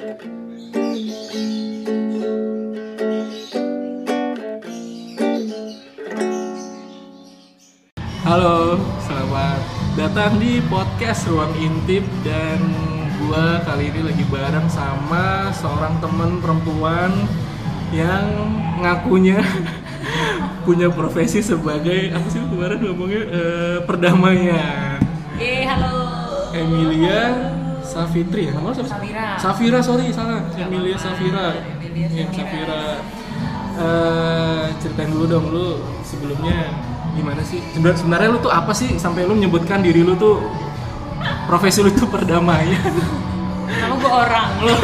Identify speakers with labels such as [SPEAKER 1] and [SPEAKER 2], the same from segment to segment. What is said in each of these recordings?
[SPEAKER 1] Halo, selamat datang di podcast Ruang Intip. Dan gua kali ini lagi bareng sama seorang teman perempuan yang ngakunya punya profesi sebagai apa sih kemarin ngomongnya perdamaian.
[SPEAKER 2] Halo.
[SPEAKER 1] Emilia Safitri ya, nama lo
[SPEAKER 2] Safira.
[SPEAKER 1] Safira, sorry salah. Emilia Safira. Safira. Ceritain dulu dong, lu sebelumnya gimana sih? Sebenarnya lu tuh apa sih sampai lu menyebutkan diri lu tuh profesi lu tuh perdamaian?
[SPEAKER 2] Nama gue orang lu.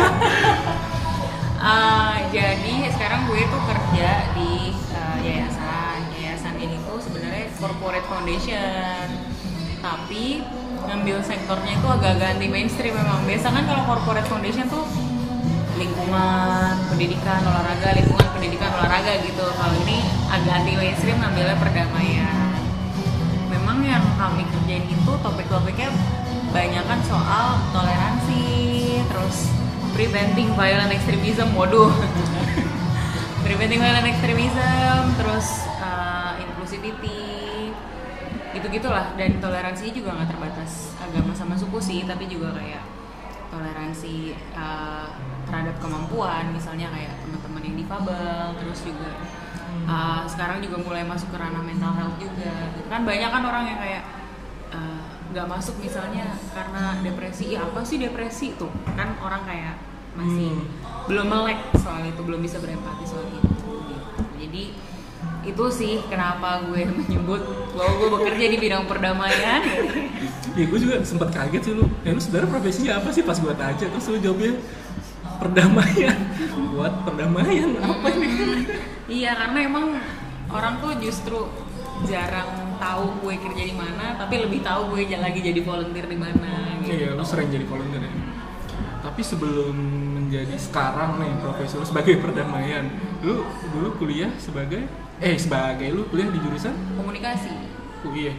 [SPEAKER 2] Jadi sekarang gue tuh kerja di yayasan ini tuh sebenarnya corporate foundation, tapi ngambil sektornya itu agak-agak anti mainstream memang. Biasa kan kalau corporate foundation tuh lingkungan, pendidikan, olahraga gitu. Kalau ini agak anti mainstream, ngambilnya perdamaian. Memang yang kami kerjain itu topik-topiknya banyakan soal toleransi, terus preventing violent extremism, preventing violent extremism, terus inclusivity, gitu-gitulah. Dan toleransinya juga nggak terbatas agama sama suku sih, tapi juga kayak toleransi terhadap kemampuan, misalnya kayak teman-teman yang difabel, terus juga sekarang juga mulai masuk ke ranah mental health juga. Kan banyak kan orang yang kayak nggak masuk misalnya karena depresi. Ya apa sih depresi tuh? Kan orang kayak masih belum melek soal itu, belum bisa berempati soal itu. Jadi itu sih kenapa gue menyebut bahwa gue bekerja di bidang perdamaian.
[SPEAKER 1] Ya gue juga sempat kaget sih lu. Lu sebenarnya profesinya apa sih pas gue tanya, terus lu jawabnya perdamaian. Buat perdamaian apa ini?
[SPEAKER 2] Iya, karena emang orang tuh justru jarang tahu gue kerja di mana, tapi lebih tahu gue lagi jadi volunteer di mana gitu.
[SPEAKER 1] Iya, lu sering jadi volunteer ya. Tapi sebelum menjadi sekarang nih profesi lu sebagai perdamaian, lu dulu kuliah sebagai lu kuliah di jurusan
[SPEAKER 2] komunikasi.
[SPEAKER 1] UI ya?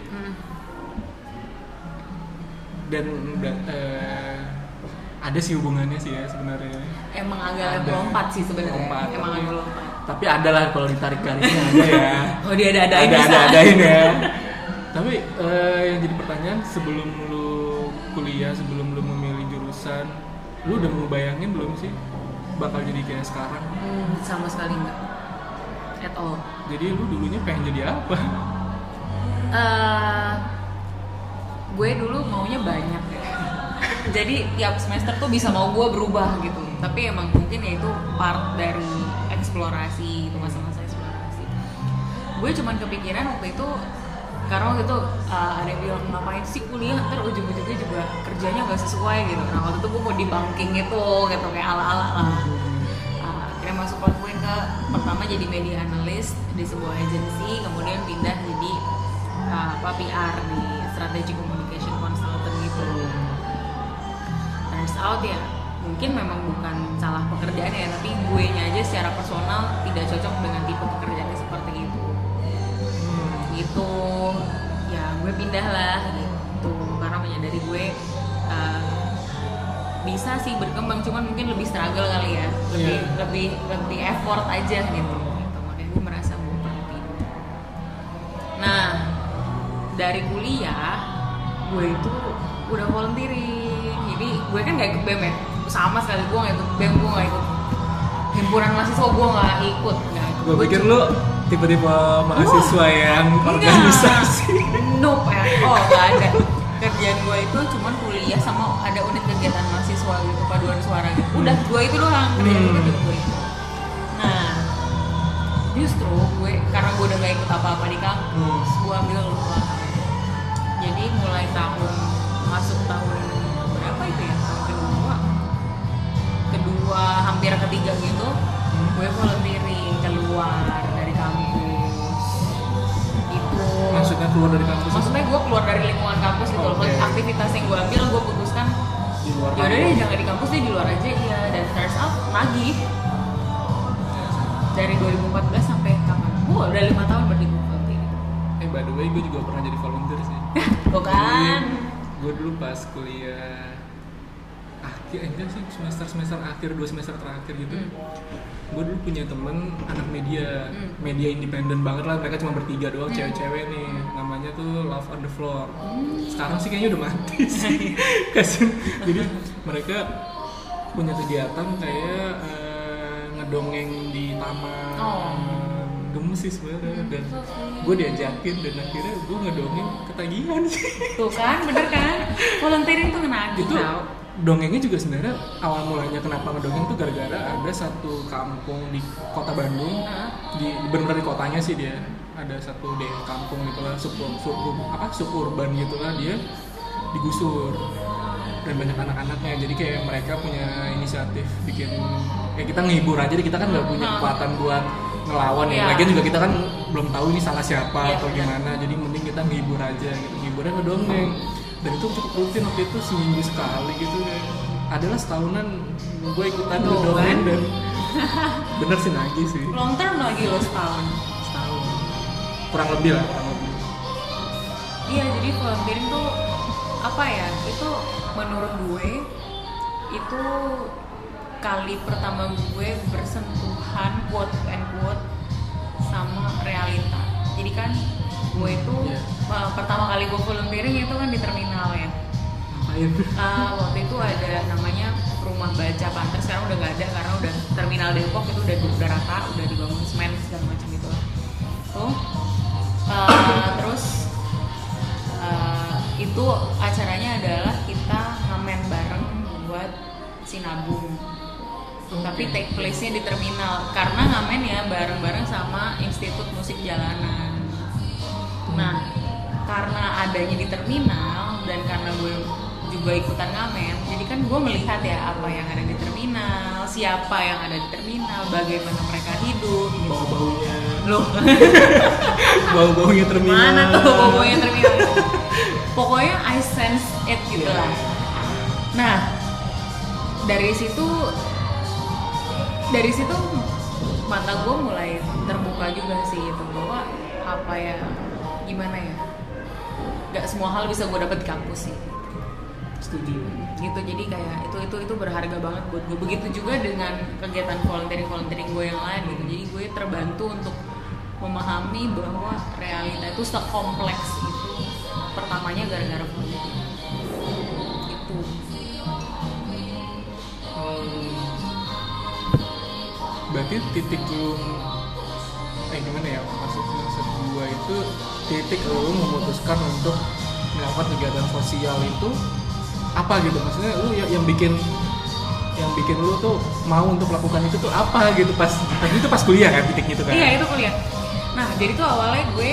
[SPEAKER 1] Dan ada sih hubungannya sih ya sebenarnya.
[SPEAKER 2] Emang agak melompat sih sebenarnya. Emang agak melompat.
[SPEAKER 1] Tapi ada lah kalau ditarik garisnya ada ya.
[SPEAKER 2] Oh, dia ada-adain
[SPEAKER 1] ya. Tapi yang jadi pertanyaan, sebelum lu kuliah, sebelum lu memilih jurusan, lu udah mau bayangin belum sih bakal jadi kayak sekarang?
[SPEAKER 2] Sama sekali enggak. At all.
[SPEAKER 1] Jadi lu dulunya pengen jadi apa?
[SPEAKER 2] Gue dulu maunya banyak ya. Jadi tiap semester tuh bisa mau gue berubah gitu. Tapi emang mungkin ya itu part dari eksplorasi, itu masa-masa eksplorasi. Gue cuman kepikiran waktu itu, karena waktu itu ada yang bilang ngapain sih kuliah, ntar ujung-ujungnya juga kerjanya gak sesuai gitu. Nah waktu itu gue mau di banking gitu kayak ala-ala lah. Akhirnya masuk lakuin ke pertama jadi media analyst di sebuah agency, kemudian pindah jadi PR di strategic communication consultant gitu. Turns out ya mungkin memang bukan salah pekerjaannya ya, tapi gue nya aja secara personal tidak cocok dengan tipe pekerjaannya seperti itu. Gitu ya, gue pindah lah gitu karena menyadari gue bisa sih berkembang, cuman mungkin lebih struggle kali ya, lebih effort aja gitu. Makanya gue merasa gue perlu pindah. Nah dari kuliah gue itu udah volunteering, jadi gue kan gak ikut BEM ya, sama sekali gue gak ikut BEM, gue gak ikut himpunan mahasiswa, gue gak ikut.
[SPEAKER 1] Gue pikir lu tipe-tipe mahasiswa yang organisasi.
[SPEAKER 2] Nope ya, gak ada. Kerjaan gue itu cuman kuliah sama ada unit kegiatan mahasiswa gitu, paduan suara gitu. Udah, gue itu doang kerjaan gue itu. Nah justru gue, karena gue udah gak ikut apa-apa di kampus, gue ambil lupa. Jadi mulai masuk tahun berapa itu ya, tahun kedua hampir ketiga gitu, gue volunteering keluar dari kampus itu.
[SPEAKER 1] Maksudnya keluar dari kampus?
[SPEAKER 2] Maksudnya gue keluar dari lingkungan kampus gitu. Aktivitas yang gue ambil gue putuskan yaudah deh jangan di kampus deh, di luar aja. Iya, dan turns out nagih dari 2014 sampai kapan? Udah 5 tahun berarti gue volunteering.
[SPEAKER 1] By the way, gue juga pernah jadi volunteer sih.
[SPEAKER 2] Tuh kan.
[SPEAKER 1] Gue dulu pas kuliah ya enggak sih, semester akhir, 2 semester terakhir gitu. Gue dulu punya temen anak media independen banget lah, mereka cuma bertiga doang, cewek-cewek nih, namanya tuh Love on the Floor. Sekarang sih kayaknya udah mati sih. Kasian. Jadi mereka punya kegiatan kayak ngedongeng di taman. Gemes sih sebenarnya, dan gue diajakin dan akhirnya gue ngedongeng ketagihan sih.
[SPEAKER 2] Tuh kan, bener kan? Volunteering tuh ngenagih
[SPEAKER 1] Itu
[SPEAKER 2] tau.
[SPEAKER 1] dongengnya juga sebenarnya awal mulanya kenapa ngedongeng tuh gara-gara ada satu kampung di kota Bandung, di bener di kotanya sih dia ada satu kampung gitulah, suburban gitulah, dia digusur dan banyak anak-anaknya, jadi kayak mereka punya inisiatif bikin kayak kita ngehibur aja, kita kan nggak punya kekuatan buat ngelawan ya. Lagian juga kita kan belum tahu ini salah siapa atau gimana, jadi mending kita ngehibur aja gitu, ngehiburnya ngedongeng. Dan itu cukup rutin, waktu itu seminggu sekali gitu ya. Adalah setahunan gue ikutan ngedongeng dan bener sih nagih sih.
[SPEAKER 2] Long term lagi lo setahun.
[SPEAKER 1] Kurang lebih lah,
[SPEAKER 2] Iya, jadi volunteering tuh apa ya? Itu menurut gue itu kali pertama gue bersentuhan quote and quote sama realita. Jadi kan gue itu pertama kali gue volunteering itu kan di terminal ya. Waktu itu ada namanya rumah baca Panther, sekarang udah nggak ada karena udah terminal Depok itu udah rata, udah dibangun semen segala macam gitu lah. Tuh terus itu acaranya adalah kita ngamen bareng buat sinabung. Tapi take place-nya di terminal karena ngamen ya bareng-bareng sama Institut Musik Jalanan. Nah, karena adanya di terminal dan karena gue juga ikutan ngamen, jadi kan gue melihat ya apa yang ada di terminal, siapa yang ada di terminal, bagaimana mereka hidup, gitu.
[SPEAKER 1] Bau-baunya.
[SPEAKER 2] Loh.
[SPEAKER 1] Bau-baunya terminal.
[SPEAKER 2] Mana tuh bau-baunya terminal? Pokoknya I sense it gitu lah. Nah, dari situ mata gue mulai terbuka juga sih itu, bahwa apa ya, gimana ya, nggak semua hal bisa gue dapet di kampus sih.
[SPEAKER 1] Setuju.
[SPEAKER 2] Gitu, jadi kayak itu berharga banget buat gue. Begitu juga dengan kegiatan volunteering gue yang lain gitu. Jadi gue terbantu untuk memahami bahwa realita itu sekompleks itu. Pertamanya gara-gara volunteering. Gitu.
[SPEAKER 1] Berarti titik lu gimana ya, maksud gua itu titik lu memutuskan untuk melakukan kegiatan sosial itu apa gitu, maksudnya lu yang bikin lu tuh mau untuk melakukan itu tuh apa gitu, pas itu pas kuliah kan titiknya itu kan?
[SPEAKER 2] Iya, itu kuliah. Nah, jadi tuh awalnya gue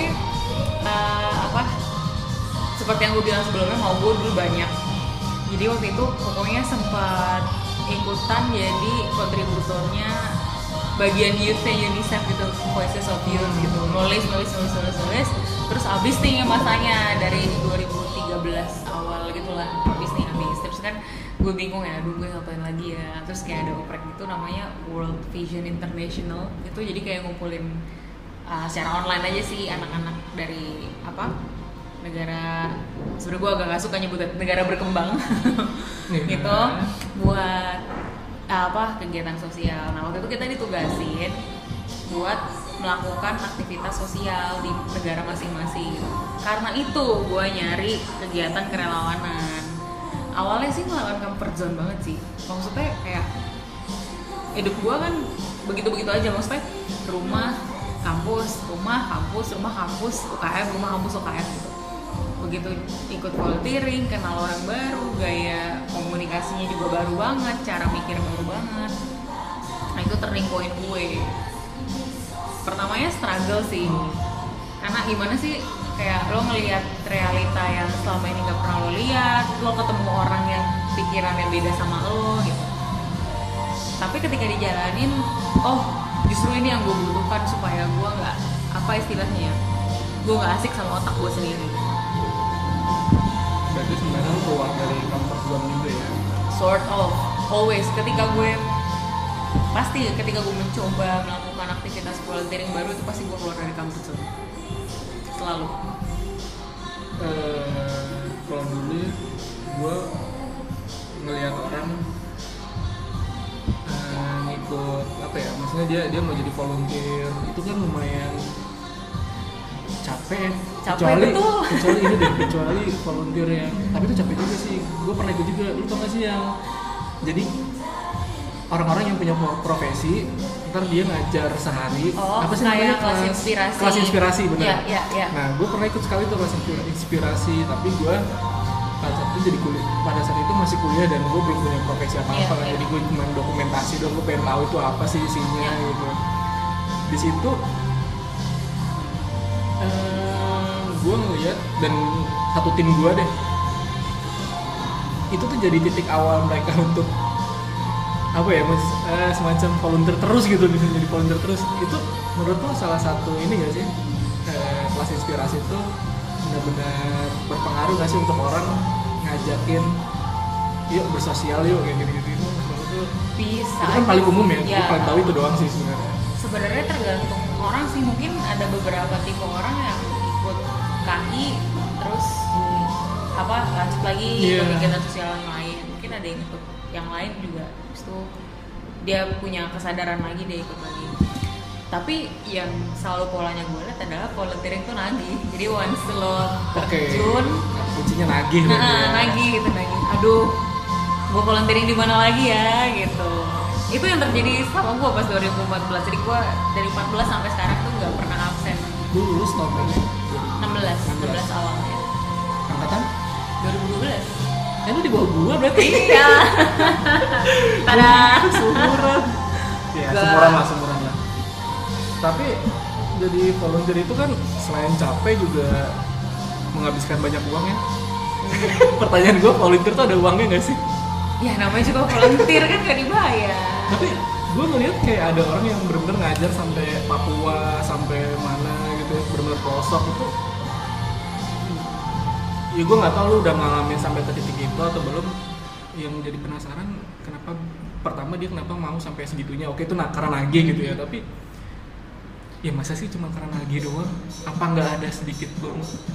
[SPEAKER 2] seperti yang gue bilang sebelumnya, mau gue dulu banyak. Jadi waktu itu pokoknya sempat ikutan jadi kontributornya bagian youth-nya UNICEF gitu, Voices of Youth gitu, nulis. Terus abis nih masanya dari 2013 awal gitulah, abis. Terus kan gue bingung ya, aduh gue ngapain lagi ya. Terus kayak ada oprek gitu namanya World Vision International, itu jadi kayak ngumpulin secara online aja sih anak-anak dari negara, sebenarnya gue agak gak suka nyebut negara berkembang gitu, buat kegiatan sosial. Nah, waktu itu kita ditugasin buat melakukan aktivitas sosial di negara masing-masing. Karena itu gue nyari kegiatan kerelawanan. Awalnya sih melakukan comfort zone banget sih. Maksudnya kayak hidup gue kan begitu-begitu aja, maksudnya rumah kampus, UKM, rumah kampus, UKM gitu. Begitu ikut volunteering, kenal orang baru, gaya komunikasinya juga baru banget, cara mikir baru banget. Nah, itu turning point gue. Pertamanya struggle sih, karena gimana sih, kayak lo ngelihat realita yang selama ini gak pernah lo lihat, lo ketemu orang yang pikirannya beda sama lo gitu. Tapi ketika dijalanin, oh justru ini yang gue butuhkan supaya gue gak, gue gak asik sama otak gue sendiri.
[SPEAKER 1] Berarti sebenarnya lo keluar dari comfort zone juga ya?
[SPEAKER 2] Sort of, always. Ketika gue mencoba melakukan aktivitas volunteering baru, itu pasti gue keluar dari comfort zone. Selalu.
[SPEAKER 1] Kalau dulu gue ngelihat orang maksudnya dia mau jadi volunteer itu kan lumayan capek ya.
[SPEAKER 2] Capek, betul.
[SPEAKER 1] kecuali volunteer yang tapi itu capek juga sih. Gue pernah ikut juga. Lu tau gak sih yang jadi orang-orang yang punya profesi ntar dia ngajar sehari
[SPEAKER 2] apa sih namanya
[SPEAKER 1] kelas inspirasi benar.
[SPEAKER 2] Iya.
[SPEAKER 1] Nah gue pernah ikut sekali tuh kelas inspirasi tapi gue pada saat itu jadi pada saat itu masih kuliah dan gue belum punya profesi apa-apa kan. Jadi gue cuma dokumentasi dong, gue pengen tahu itu apa sih isinya gitu. Di situ gue ngeliat dan satu tim gue deh itu tuh jadi titik awal mereka untuk apa ya semacam volunteer terus gitu, bisa jadi volunteer terus. Itu menurut lo salah satu ini gak sih kelas inspirasi itu benar-benar berpengaruh gak sih untuk orang ngajakin yuk bersosial yuk kayak gitu-gitu? Itu
[SPEAKER 2] bisa
[SPEAKER 1] itu kan paling umum ya, gue paling tahu itu doang sih
[SPEAKER 2] sebenarnya tergantung orang sih. Mungkin ada beberapa tipe orang yang ikut KI terus lanjut lagi ikut kegiatan sosial yang lain. Mungkin ada yang ikut yang lain juga, terus tuh dia punya kesadaran lagi, dia ikut lagi. Tapi yang selalu polanya gue lihat adalah volunteering tuh nagih. Jadi once lo terjun,
[SPEAKER 1] kuncinya nagih.
[SPEAKER 2] Nagih. Aduh, gue volunteering di mana lagi ya gitu. Itu yang terjadi sama gue pas 2014. Jadi gue dari 14 sampai sekarang tuh nggak pernah absen.
[SPEAKER 1] Lu lulus tahun berapa?
[SPEAKER 2] 16 awalnya.
[SPEAKER 1] Angkatan?
[SPEAKER 2] 2012.
[SPEAKER 1] Lu di bawah gua berarti?
[SPEAKER 2] Iya. Tada.
[SPEAKER 1] Seumuran. Ya, seumuran lah. Tapi jadi volunteer itu kan selain capek juga menghabiskan banyak uang ya. Pertanyaan gua, volunteer tuh ada uangnya nggak sih?
[SPEAKER 2] Ya namanya juga volunteer kan nggak dibayar.
[SPEAKER 1] Tapi gua ngeliat kayak ada orang yang benar-benar ngajar sampai Papua, sampai mana gitu, benar-benar pelosok itu. Ya gue nggak tahu lu udah ngalamin sampai ke titik itu atau belum. Yang jadi penasaran kenapa pertama dia kenapa mau sampai segitunya. Oke itu karena nagih gitu ya, tapi ya masa sih cuma karena nagih doang? Apa nggak ada sedikit pun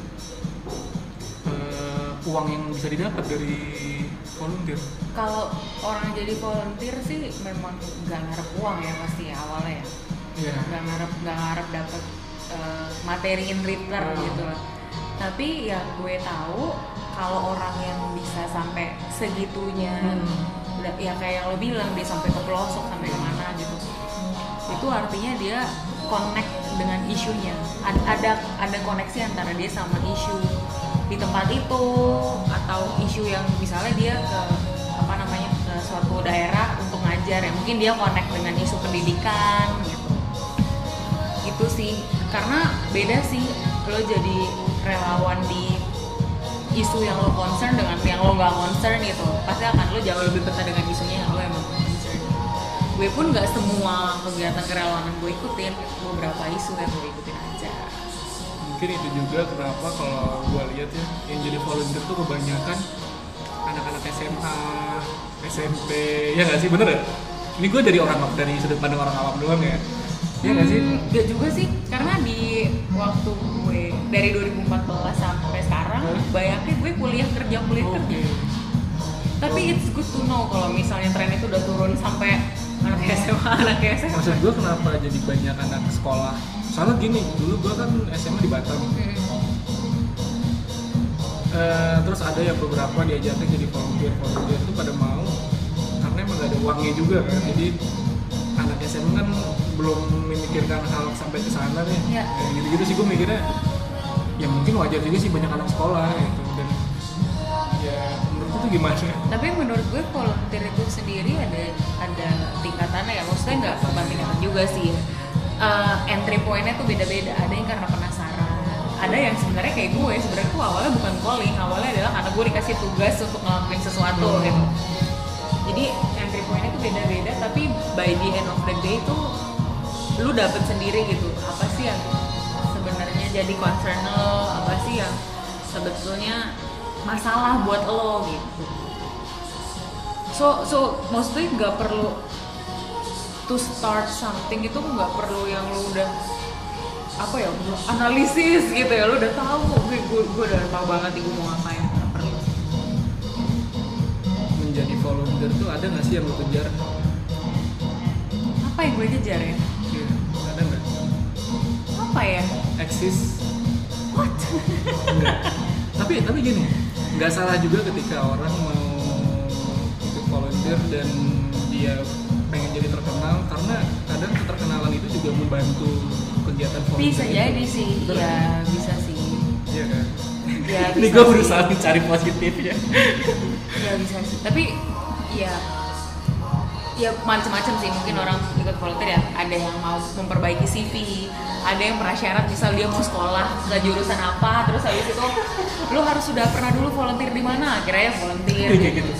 [SPEAKER 1] uang yang bisa didapat dari volunteer?
[SPEAKER 2] Kalau orang jadi volunteer sih memang nggak ngarep uang ya pasti ya awalnya ya. Nggak ngarep dapat materi in return gitu lah. Tapi ya gue tahu kalau orang yang bisa sampai segitunya, ya kayak yang lo bilang dia sampai ke pelosok sampai kemana gitu, itu artinya dia connect dengan isunya. Ada koneksi antara dia sama isu di tempat itu atau isu yang misalnya dia ke suatu daerah untuk ngajar ya, mungkin dia connect dengan isu pendidikan gitu. Itu sih karena beda sih lo jadi relawan di isu yang lo concern dengan yang lo nggak concern gitu, pasti akan lo jauh lebih peta dengan isunya yang lo emang concern. Gue pun nggak semua kegiatan kerelawanan gue ikutin, beberapa isu yang gue ikutin aja.
[SPEAKER 1] Mungkin itu juga kenapa kalau gue lihat ya yang jadi volunteer tuh kebanyakan anak-anak SMA, SMP, ya nggak sih, bener ya? Ini gue dari sudut pandang orang awam doang ya. Iya nggak sih?
[SPEAKER 2] Gak juga sih, karena di waktu gue dari 2014 sampai sekarang, banyaknya gue kuliah kerja. Tapi it's good to know kalau misalnya tren itu udah turun sampai anak SMA.
[SPEAKER 1] Maksud gue kenapa jadi banyak anak sekolah? Soalnya gini, dulu gue kan SMA di Batam. Terus ada yang beberapa diajakin jadi volunteer itu pada mau karena emang gak ada uangnya juga kan. Jadi anak SMA kan belum memikirkan hal sampai ke sana nih.
[SPEAKER 2] Ya.
[SPEAKER 1] Gitu-gitu sih gue mikirnya. Ya mungkin wajar juga sih banyak anak sekolah gitu, dan ya menurut itu gimana?
[SPEAKER 2] Tapi menurut gue volunteer itu sendiri ada tingkatannya ya, maksudnya nggak perbandingan juga sih. Entry point-nya tuh beda-beda. Ada yang karena penasaran, ada yang sebenarnya kayak gue sebenarnya tuh awalnya bukan calling, awalnya adalah karena gue dikasih tugas untuk ngelakuin sesuatu gitu. Jadi entry point-nya tuh beda-beda, tapi by the end of the day tuh lu dapet sendiri gitu apa sih yang sebenarnya jadi concern lo, apa sih yang sebetulnya masalah buat lo gitu. So mostly nggak perlu to start something itu nggak perlu yang lo udah apa ya analisis gitu ya, lo udah tahu gue udah tahu banget gue mau ngapain. Nggak perlu.
[SPEAKER 1] Menjadi volunteer tuh ada nggak sih yang lo kejar?
[SPEAKER 2] Apa yang gue kejar ya?
[SPEAKER 1] Iya, ada nggak?
[SPEAKER 2] Apa ya?
[SPEAKER 1] Eksis?
[SPEAKER 2] What?
[SPEAKER 1] Enggak. Tapi gini, nggak salah juga ketika orang mau ikut volunteer dan dia pengen jadi terkenal, karena kadang keterkenalan itu juga membantu kegiatan volunteer.
[SPEAKER 2] Bisa jadi sih,
[SPEAKER 1] Betul.
[SPEAKER 2] ya bisa sih.
[SPEAKER 1] Iya kan?
[SPEAKER 2] Ya,
[SPEAKER 1] Ini
[SPEAKER 2] bisa
[SPEAKER 1] gue
[SPEAKER 2] sih.
[SPEAKER 1] berusaha mencari positifnya.
[SPEAKER 2] Ya bisa sih. Tapi ya macam-macam sih, mungkin orang ikut volunteer ya, ada yang mau memperbaiki CV, ada yang prasyarat misal dia mau sekolah nggak jurusan apa, terus habis itu lo harus sudah pernah dulu volunteer di mana, akhirnya ya volunteer.
[SPEAKER 1] Kayak gitu.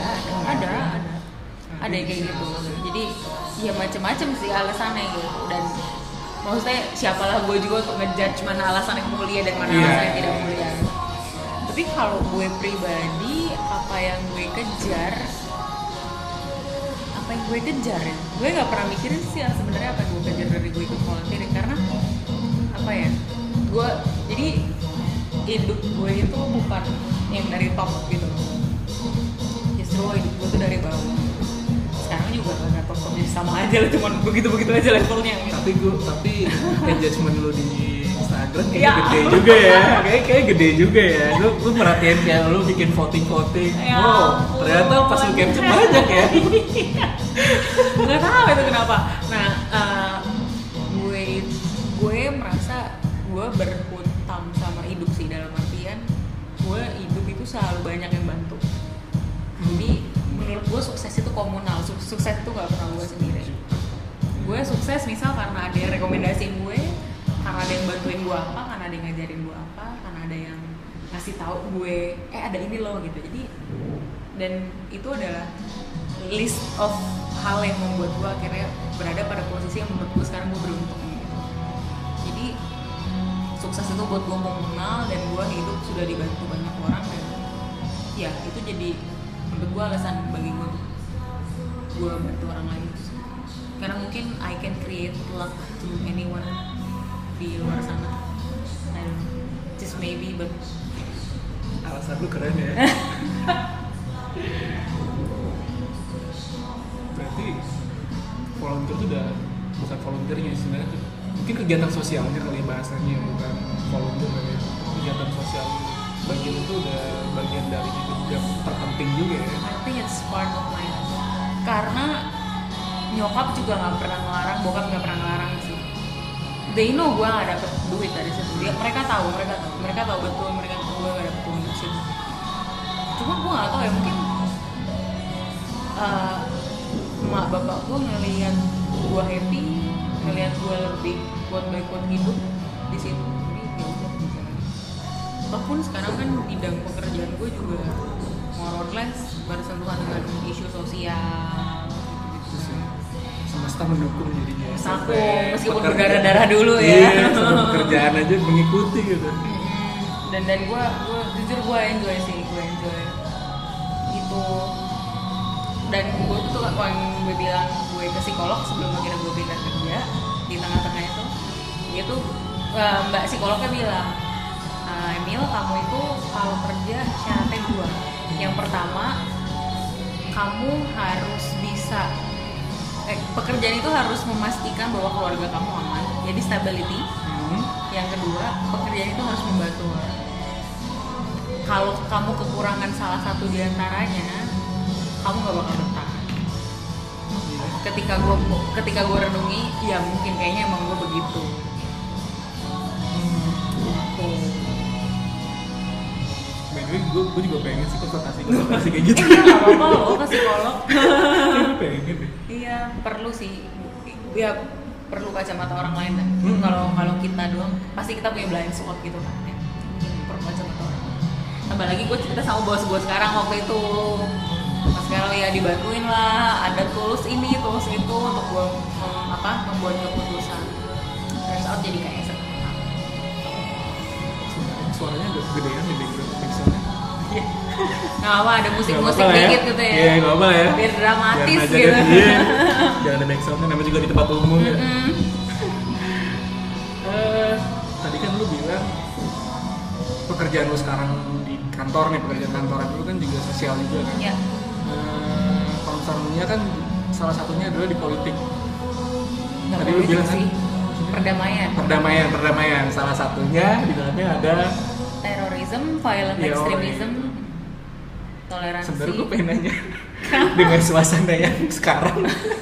[SPEAKER 2] Ada yang kayak gitu. Jadi ya macam-macam sih alasannya gitu. Dan maksudnya siapalah gue juga untuk ngejudge mana alasan yang mulia dan mana
[SPEAKER 1] Iya.
[SPEAKER 2] alasan yang tidak mulia. Tapi kalau gue pribadi, apa yang gue kejar ya, gue nggak pernah mikirin sih sebenarnya apa yang gue kejar dari gue ikut volunteering, karena apa ya, gue jadi hidup gue itu bukan yang dari top gitu, justru hidup gue tuh dari bawah. Sekarang juga nggak top jadi sama aja lah, cuman begitu aja levelnya gitu.
[SPEAKER 1] Tapi engagement lu di Instagram kayaknya
[SPEAKER 2] Ya.
[SPEAKER 1] gede juga ya. Kayak gede juga ya. Lu perhatiin kayak lu bikin voting.
[SPEAKER 2] Ya
[SPEAKER 1] Wow,
[SPEAKER 2] ampun.
[SPEAKER 1] ternyata pas lu capture banyak ya.
[SPEAKER 2] Nggak tahu itu kenapa. Nah, gue merasa gue berhutang sama hidup sih, dalam artian gue hidup itu selalu banyak yang bantu. Jadi menurut gue sukses itu komunal, sukses itu nggak pernah gue sendiri. Gue sukses misal karena ada yang rekomendasiin gue, karena ada yang bantuin gue apa, karena ada yang ngajarin gue apa, karena ada yang ngasih tahu gue ada ini loh gitu. Jadi dan itu adalah list of hal yang membuat gue akhirnya berada pada posisi yang menurut gue sekarang gue beruntung gitu. Jadi sukses itu buat gue komunal, dan gue hidup sudah dibantu banyak orang, dan ya itu jadi menurut gue alasan bagi gue bantu orang lain. Karena mungkin I can create luck to anyone di luar sana. I don't know, just maybe, but
[SPEAKER 1] Alasan lu keren ya. Berarti volunteer itu udah bukan volunteernya sebenarnya tuh. Mungkin kegiatan sosialnya kali bahasanya, bukan volunteer kali ya. Kegiatan sosial bagian itu udah bagian dari hidup yang terpenting juga ya.
[SPEAKER 2] I think it's part of my life. Karena nyokap juga nggak pernah ngelarang, bokap nggak pernah ngelarang sih. They know gue nggak dapet duit dari situ. Mereka tahu betul gue nggak dapet duit dari situ. Cuma gue nggak tahu ya, mungkin emak bapak gue ngelihat gue happy, ngelihat gue lebih kuat hidup di situ. Jadi ya udah bisa. Walaupun sekarang kan bidang pekerjaan gue juga more or less bersentuhan dengan isu sosial.
[SPEAKER 1] Semesta mendukung jadinya.
[SPEAKER 2] Aku
[SPEAKER 1] Sampai
[SPEAKER 2] meskipun
[SPEAKER 1] pekerja-
[SPEAKER 2] berdarah-darah dulu ya.
[SPEAKER 1] Iya, sampai pekerjaan aja mengikuti gitu.
[SPEAKER 2] Dan gue jujur gue enjoy itu. Dan gue tuh kalau gue bilang gue ke psikolog sebelum akhirnya gue pindah kerja, di tengah-tengah itu dia tuh mbak psikolognya bilang, Emil, kamu itu kalau kerja syaratnya dua. Yang pertama, kamu harus bisa pekerjaan itu harus memastikan bahwa keluarga kamu aman, jadi stability. Yang kedua, pekerjaan itu harus membantu orang. Kalau kamu kekurangan salah satu di antaranya, kamu gak bakal bertahan. Ketika gue renungi, ya mungkin kayaknya emang gue begitu.
[SPEAKER 1] By the way, gue juga pengen sih konsultasi kayak gitu.
[SPEAKER 2] Gak apa-apa loh ke psikolog.
[SPEAKER 1] Gue pengen deh.
[SPEAKER 2] Iya, perlu sih. Ya perlu kacamata orang lain kan. Kalau kita doang, pasti kita punya blind spot gitu kan. Ya. Perlu kacamata orang lain. Tambah lagi gue cerita sama bos gue sekarang waktu itu. Mas sekarang ya dibantuin lah, ada tools ini, tools itu untuk gue membuat keputusan. Turns out jadi kayak
[SPEAKER 1] Suaranya agak gedean di backsoundnya.
[SPEAKER 2] nggak apa, ada musik-musik
[SPEAKER 1] Nggak apa-apa
[SPEAKER 2] dikit gitu ya.
[SPEAKER 1] Iya, nggak apa ya.
[SPEAKER 2] Biar dramatis
[SPEAKER 1] Biar aja
[SPEAKER 2] gitu.
[SPEAKER 1] kan, iya. Jangan ada backsoundnya, namanya juga di tempat umum ya. Tadi kan lu bilang pekerjaan lu sekarang di kantor nih, pekerjaan kantoran lu kan juga sosial juga kan.
[SPEAKER 2] Ya.
[SPEAKER 1] Concernnya kan salah satunya adalah di politik.
[SPEAKER 2] Nggak
[SPEAKER 1] Tadi lu bilang kan
[SPEAKER 2] sih.
[SPEAKER 1] perdamaian. Salah satunya di dalamnya ada
[SPEAKER 2] Terorisme, violent
[SPEAKER 1] Iya,
[SPEAKER 2] extremism, toleransi.
[SPEAKER 1] sebenarnya gue pengen nanya dengan suasana yang sekarang.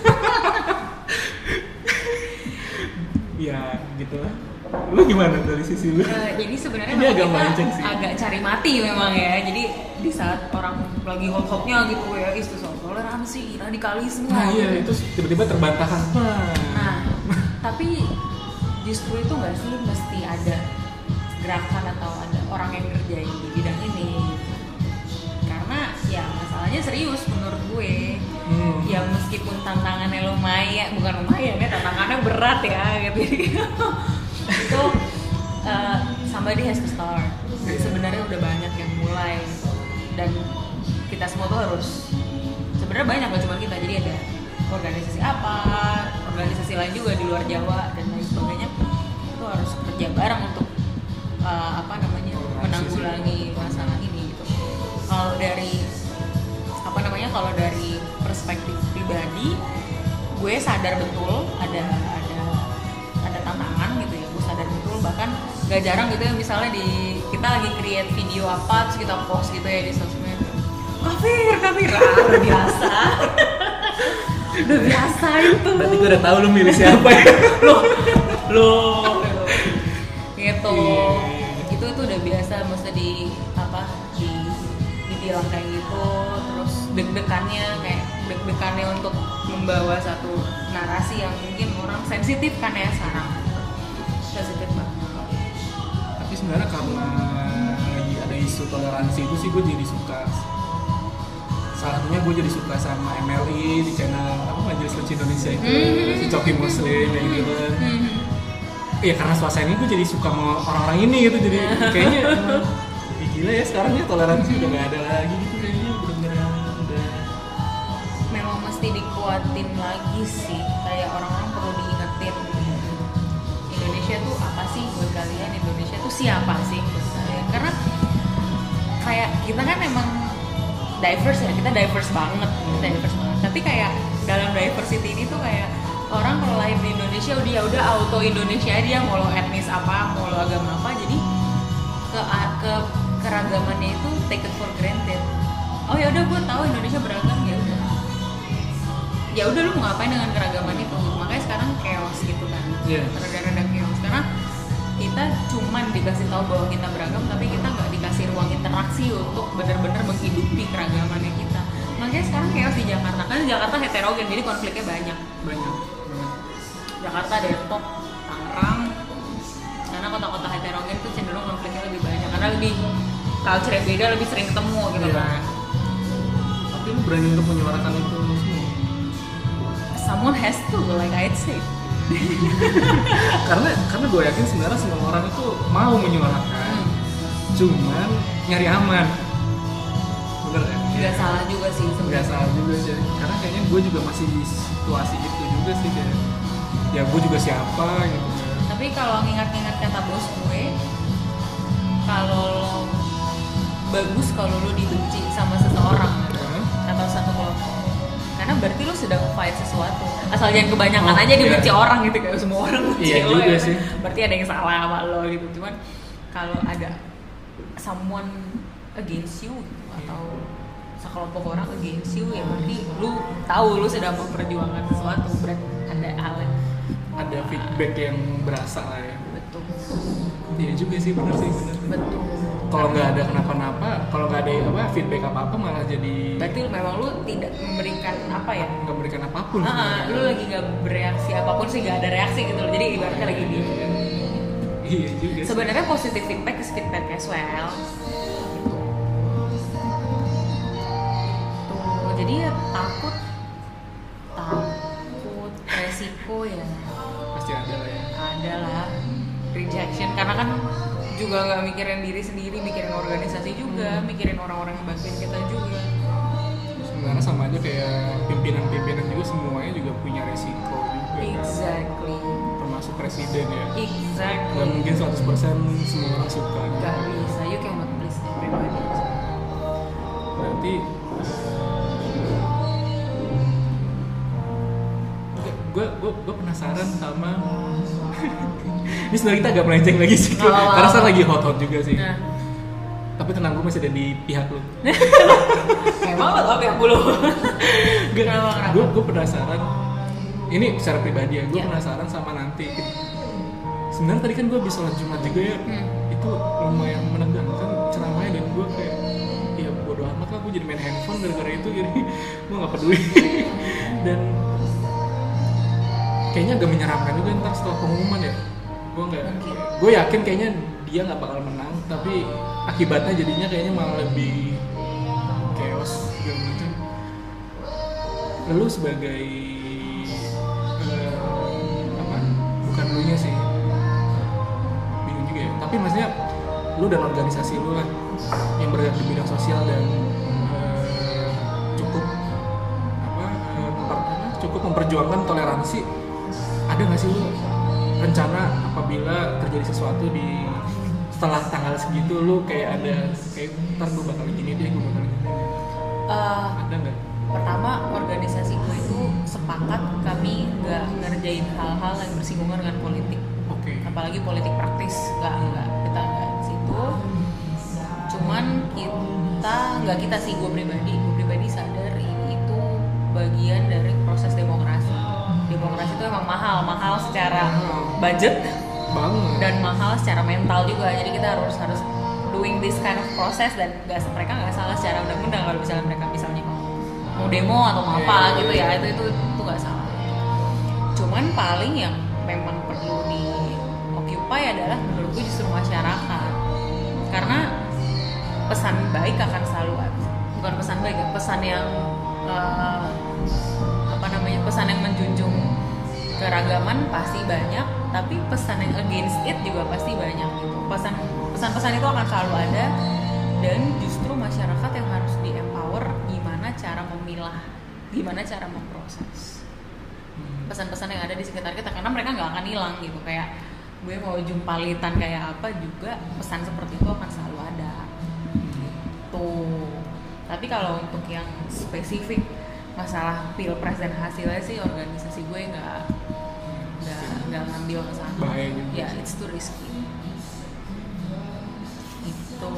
[SPEAKER 1] Ya gitu lah. Lu gimana dari sisi lu?
[SPEAKER 2] Jadi sebenarnya
[SPEAKER 1] Ini
[SPEAKER 2] memang
[SPEAKER 1] agak
[SPEAKER 2] kita
[SPEAKER 1] melenceng sih.
[SPEAKER 2] agak cari mati memang ya. Jadi di saat orang lagi hot-hotnya gitu ya, isu soal toleransi, radikalisme.
[SPEAKER 1] Nah
[SPEAKER 2] gitu.
[SPEAKER 1] iya itu tiba-tiba terbantahkan.
[SPEAKER 2] Nah, tapi justru itu nggak sih mesti ada gerakan atau ada orang yang ngerjain di bidang ini gitu. Karena ya masalahnya serius menurut gue. Ya meskipun tantangannya bukan lumayan ya, tantangannya berat ya gitu. Itu somebody has to start. Dan sebenarnya udah banyak yang mulai dan kita semua tuh harus sebenarnya banyak, gak cuma kita. Jadi ada organisasi organisasi lain juga di luar Jawa dan lain sebagainya, itu harus kerja bareng untuk menanggulangi masalah ini gitu. Kalau dari perspektif pribadi, gue sadar betul ada tantangan gitu ya. Gue sadar betul, bahkan gak jarang gitu ya, misalnya kita lagi create video apa terus kita post gitu ya di sosmed, kafir udah biasa. Udah biasa itu.
[SPEAKER 1] Berarti gue udah tahu lu milih siapa ya.
[SPEAKER 2] Loh gitu.
[SPEAKER 1] Iya.
[SPEAKER 2] Itu udah biasa, maksudnya dibilang kayak gitu. Terus deg-degannya untuk membawa satu narasi yang mungkin orang sensitif kan ya sekarang. Sensitif banget.
[SPEAKER 1] Tapi sebenarnya karena lagi ada isu toleransi itu sih gue jadi suka. Salah satunya gue jadi suka sama MLI di channel Majelis Lucu Indonesia itu, si Coki Muslim kayak gitu kan. Iya karena suasana ini gue jadi suka sama orang-orang ini gitu, jadi kayaknya emang gila ya sekarang ya toleransi udah gak ada lagi gitu kayaknya, bener-bener udah.
[SPEAKER 2] Memang mesti dikuatin lagi sih, kayak orang-orang perlu diingetin Indonesia tuh apa sih buat kalian, Indonesia tuh siapa sih buat kalian, karena kayak kita kan emang diverse ya, kita diverse banget, tapi kayak dalam diversity ini tuh kayak orang kalau lahir di Indonesia udah auto Indonesia aja, mau lo etnis apa, mau lo agama apa, jadi ke keragamannya itu take it for granted. Oh ya udah, gue tahu Indonesia beragam, ya udah lu mau ngapain dengan keragaman itu. Makanya sekarang chaos gitu kan, rada-rada chaos karena kita cuman dikasih tahu bahwa kita beragam, tapi kita nggak dikasih ruang interaksi untuk benar-benar menghidupi keragamannya kita. Makanya sekarang chaos di Jakarta, kan Jakarta heterogen, jadi konfliknya banyak. Jakarta, Depok, Tangerang, karena kota-kota heterogen tuh cenderung konfliknya lebih banyak karena lebih culture yang beda, lebih sering ketemu gitu kan.
[SPEAKER 1] Tapi lu berani untuk menyuarakan itu semua?
[SPEAKER 2] Someone has to, like I'd say.
[SPEAKER 1] karena gue yakin sebenarnya semua orang itu mau menyuarakan, cuman nyari aman. Bener kan?
[SPEAKER 2] Gak salah juga sih sebenarnya.
[SPEAKER 1] Gak salah juga sih, karena kayaknya gue juga masih di situasi itu juga sih, kayak ya gue juga siapa gitu.
[SPEAKER 2] Tapi kalau ngingat-ngingat kata bos gue, kalau lo bagus kalau lo dibenci sama seseorang atau satu kelompok, karena berarti lo sedang fight sesuatu. Asal jangan kebanyakan aja dibenci orang gitu, kayak semua orang benci lo
[SPEAKER 1] juga
[SPEAKER 2] ya.
[SPEAKER 1] Sih.
[SPEAKER 2] Berarti ada yang salah sama lo gitu. Cuman kalau ada someone against you gitu, atau sekelompok orang against you, ya berarti lo tahu lo sedang memperjuangkan sesuatu. Berarti ada
[SPEAKER 1] feedback yang berasa lah ya.
[SPEAKER 2] Betul.
[SPEAKER 1] Iya juga sih, benar sih, benar.
[SPEAKER 2] Betul.
[SPEAKER 1] Kalau nggak ada kenapa-napa, kalau nggak ada feedback apa-apa malah jadi.
[SPEAKER 2] Berarti memang lu tidak memberikan apa ya?
[SPEAKER 1] Nggak memberikan apapun.
[SPEAKER 2] Lu lagi nggak bereaksi apapun sih, nggak ada reaksi gitu loh. Jadi ibaratnya lagi di.
[SPEAKER 1] Iya juga.
[SPEAKER 2] Sebenarnya positive feedback is feedback as well. Tuh, jadi ya takut resiko ya.
[SPEAKER 1] Pasti ada lah ya.
[SPEAKER 2] Ada lah. Rejection, karena kan juga nggak mikirin diri sendiri, mikirin organisasi juga, mikirin orang-orang yang bantuin kita juga.
[SPEAKER 1] Sebenarnya sama aja kayak pimpinan-pimpinan juga, semuanya juga punya resiko juga.
[SPEAKER 2] Exactly.
[SPEAKER 1] Termasuk presiden ya.
[SPEAKER 2] Exactly.
[SPEAKER 1] Dan mungkin 100% semua orang suka.
[SPEAKER 2] Gak bisa, you cannot please everybody.
[SPEAKER 1] Berarti gue penasaran sama ini sebenarnya kita agak melenceng lagi sih karena sekarang lagi hot juga sih. Nah. Tapi tenang, gue masih ada di pihak lu.
[SPEAKER 2] Emang lo pihak lu?
[SPEAKER 1] Gue penasaran. Ini secara pribadi ya, gue penasaran sama nanti. Sebenarnya tadi kan gue habis sholat Jumat juga ya. Itu lumayan menegangkan ceramahnya dan gue kayak ya bodo amat lah, gue jadi main handphone gara-gara itu, jadi gue nggak peduli. Dan kayaknya agak menyeramkan juga ntar setelah pengumuman ya. Gue yakin kayaknya dia nggak bakal menang, tapi akibatnya jadinya kayaknya malah lebih chaos segala macam. Lalu sebagai bukan lu nya sih, bingung juga ya. Tapi maksudnya lu dan organisasi lu lah yang bergerak di bidang sosial dan cukup memperjuangkan toleransi. Ada nggak sih lu rencana apabila terjadi sesuatu di setelah tanggal segitu, lu kayak ada kayak ntar gue bakal gini deh, gue bakal gini. Ada nggak?
[SPEAKER 2] Pertama, organisasi gue itu sepakat kami nggak ngerjain hal-hal yang bersinggungan dengan politik. Apalagi politik praktis, kita nggak di situ. Cuman kita sih, gue pribadi sadar ini itu bagian dari proses demokrasi. Demokrasi itu emang mahal secara budget dan mahal secara mental juga. Jadi kita harus doing this kind of process, dan mereka nggak salah secara undang-undang kalau misalnya mereka mau demo atau mau apa gitu ya, itu nggak salah. Cuman paling yang memang perlu di occupy adalah menurut gue justru masyarakat, karena pesan baik akan selalu ada. Bukan pesan baik ya, pesan yang pesan yang menjunjung keragaman pasti banyak, tapi pesan yang against it juga pasti banyak gitu. Pesan-pesan itu akan selalu ada, dan justru masyarakat yang harus di-empower gimana cara memilah, gimana cara memproses pesan-pesan yang ada di sekitar kita, karena mereka nggak akan hilang gitu. Kayak gue mau jumpalitan kayak apa juga, pesan seperti itu akan selalu ada tuh. Tapi kalau untuk yang spesifik masalah pilpres dan hasilnya sih, organisasi gue nggak ngambil ke sana.
[SPEAKER 1] Bahaya juga.
[SPEAKER 2] Ya, it's too risky. Itu.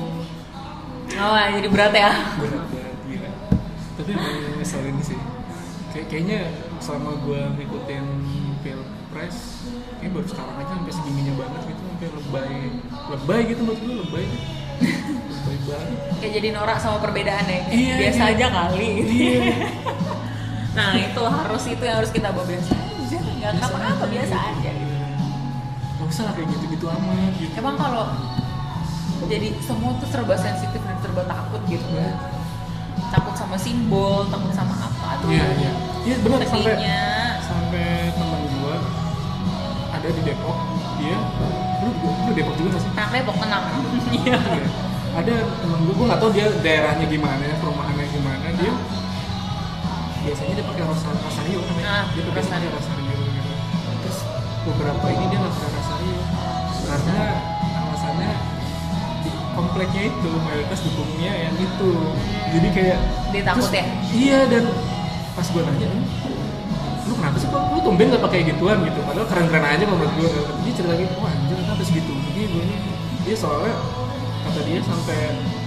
[SPEAKER 2] Jadi berat ya.
[SPEAKER 1] Berat gila. Tapi emang ngeselin sih. Kayaknya selama gue ngikutin pilpres, kayak baru sekarang aja sampai segininya banget gitu, sampai lebay gitu menurut gue, lebay banget.
[SPEAKER 2] Kayak jadi norak sama perbedaan ya.
[SPEAKER 1] Iya,
[SPEAKER 2] biasa aja kali.
[SPEAKER 1] Iya.
[SPEAKER 2] Nah itu yang harus kita bawa biasa aja. Gak apa-apa, biasa aja.
[SPEAKER 1] Gak usah lah kayak gitu-gitu amat gitu.
[SPEAKER 2] Emang kalau jadi semua tuh serba sensitif dan serba takut gitu kan. Takut sama simbol, takut sama apa tuh.
[SPEAKER 1] Iya benar, sampai teman gue ada di Depok, dia lu Depok juga nggak sih?
[SPEAKER 2] Anak Depok, tenang. Iya.
[SPEAKER 1] Ada teman gue nggak tahu dia daerahnya gimana, perumahannya gimana, dia biasanya dia pakai rosario namanya. Dia pakai rosario gitu. Terus beberapa ini dia nggak pakai rosario karena alasannya di kompleknya itu mayoritas dukungnya yang itu. Jadi kayak
[SPEAKER 2] dia takut ya?
[SPEAKER 1] Iya, dan pas gue nanya, lu kenapa sih kok lu tumben nggak pakai gituan gitu? Padahal keren-keren aja menurut gue. Dia cerita gitu, wah anjir kenapa segitu begini. Dia soalnya kata dia sampai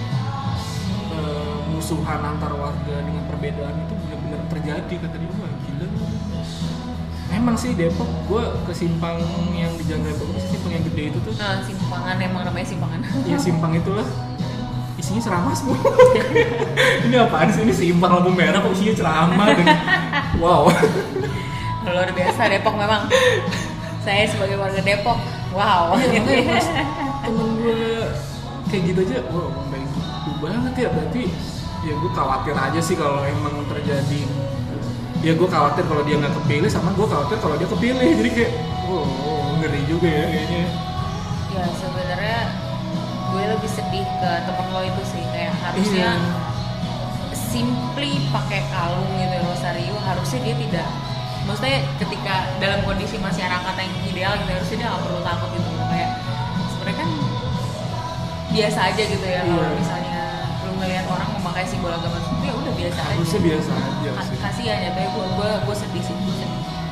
[SPEAKER 1] musuhan antar warga dengan perbedaan itu benar-benar terjadi, kata dia. Wah gila. Emang sih Depok, gue ke simpang yang di Jalan Depok, simpang yang gede itu tuh.
[SPEAKER 2] Nah, simpangan, emang namanya simpangan.
[SPEAKER 1] Iya, simpang itulah. Isinya ceramah semua. Ini apaan sih, ini simpang lampu merah kok isinya ceramah dan wow.
[SPEAKER 2] Luar biasa Depok memang. Saya sebagai warga Depok, wow.
[SPEAKER 1] Iya, pas temen gue kayak gitu aja, wow, baik gitu banget ya. Berarti ya gue khawatir aja sih kalau emang terjadi. Ya gue khawatir kalau dia nggak kepilih, sama gue khawatir kalau dia kepilih. Jadi kayak, wow, ngeri juga ya kayaknya.
[SPEAKER 2] Ya sebenarnya gue lebih sedih ke temen lo itu sih, kayak harusnya simply pakai kalung gitu, rosario, harusnya dia tidak, maksudnya ketika dalam kondisi masyarakat yang ideal gitu, harusnya dia nggak perlu takut gitu. Kayak sebenarnya kan biasa aja gitu ya. Kalau misalnya lu ngelihat orang memakai simbol agama itu ya udah biasa aja.
[SPEAKER 1] Harusnya biasa aja sih.
[SPEAKER 2] Kasihan ya, tapi gue sedih sih.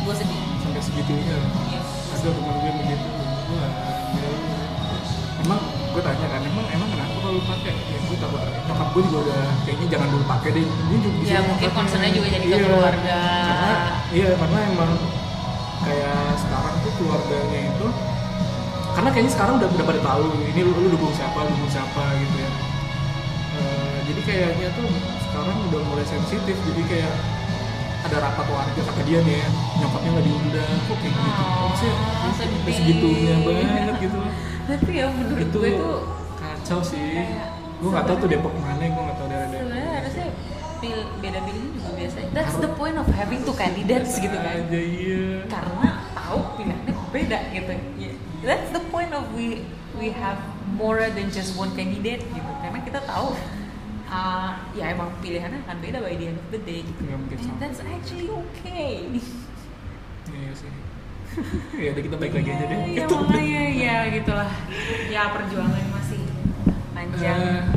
[SPEAKER 2] gue sedih.
[SPEAKER 1] Sampai segitunya.
[SPEAKER 2] Yes.
[SPEAKER 1] Ada teman gue begitu. Wah, gila lu. Emang gue tanya kan, emang kenapa kalau lu pakai? Ya gue tahu, nyokap gue juga udah kayaknya jangan dulu pakai deh. Ini juga bisa.
[SPEAKER 2] Ya mungkin concernnya juga jadi ke
[SPEAKER 1] Iya,
[SPEAKER 2] keluarga.
[SPEAKER 1] Karena emang kayak sekarang tuh keluarganya itu, karena kayaknya sekarang udah pada tahu ini lu dukung siapa gitu ya. Jadi kayaknya tuh sekarang udah mulai sensitif, jadi kayak ada rapat warga kata dia nih ya, nyokapnya nggak diundang, kok kayak gitu,
[SPEAKER 2] sedih.
[SPEAKER 1] segitunya banget gitu.
[SPEAKER 2] Tapi ya menurut
[SPEAKER 1] Itu
[SPEAKER 2] gue tuh
[SPEAKER 1] kacau sih.
[SPEAKER 2] kayak
[SPEAKER 1] Gue nggak tahu tuh Depok mana, gue nggak tahu daerah Depok.
[SPEAKER 2] sebenarnya harusnya beda pilihnya juga biasa. That's the point of having two candidates gitu kan.
[SPEAKER 1] Aja, iya.
[SPEAKER 2] Karena tahu pilihannya beda gitu. Yeah. That's the point of we have more than just one candidate gitu. Karena kita tahu ya emang pilihannya akan beda by the end of the day gitu.
[SPEAKER 1] Nggak mungkin
[SPEAKER 2] And
[SPEAKER 1] sama.
[SPEAKER 2] that's actually okay.
[SPEAKER 1] Iya sih. Ya udah kita balik lagi aja deh.
[SPEAKER 2] Ya makanya ya gitulah. Ya perjuangan masih panjang.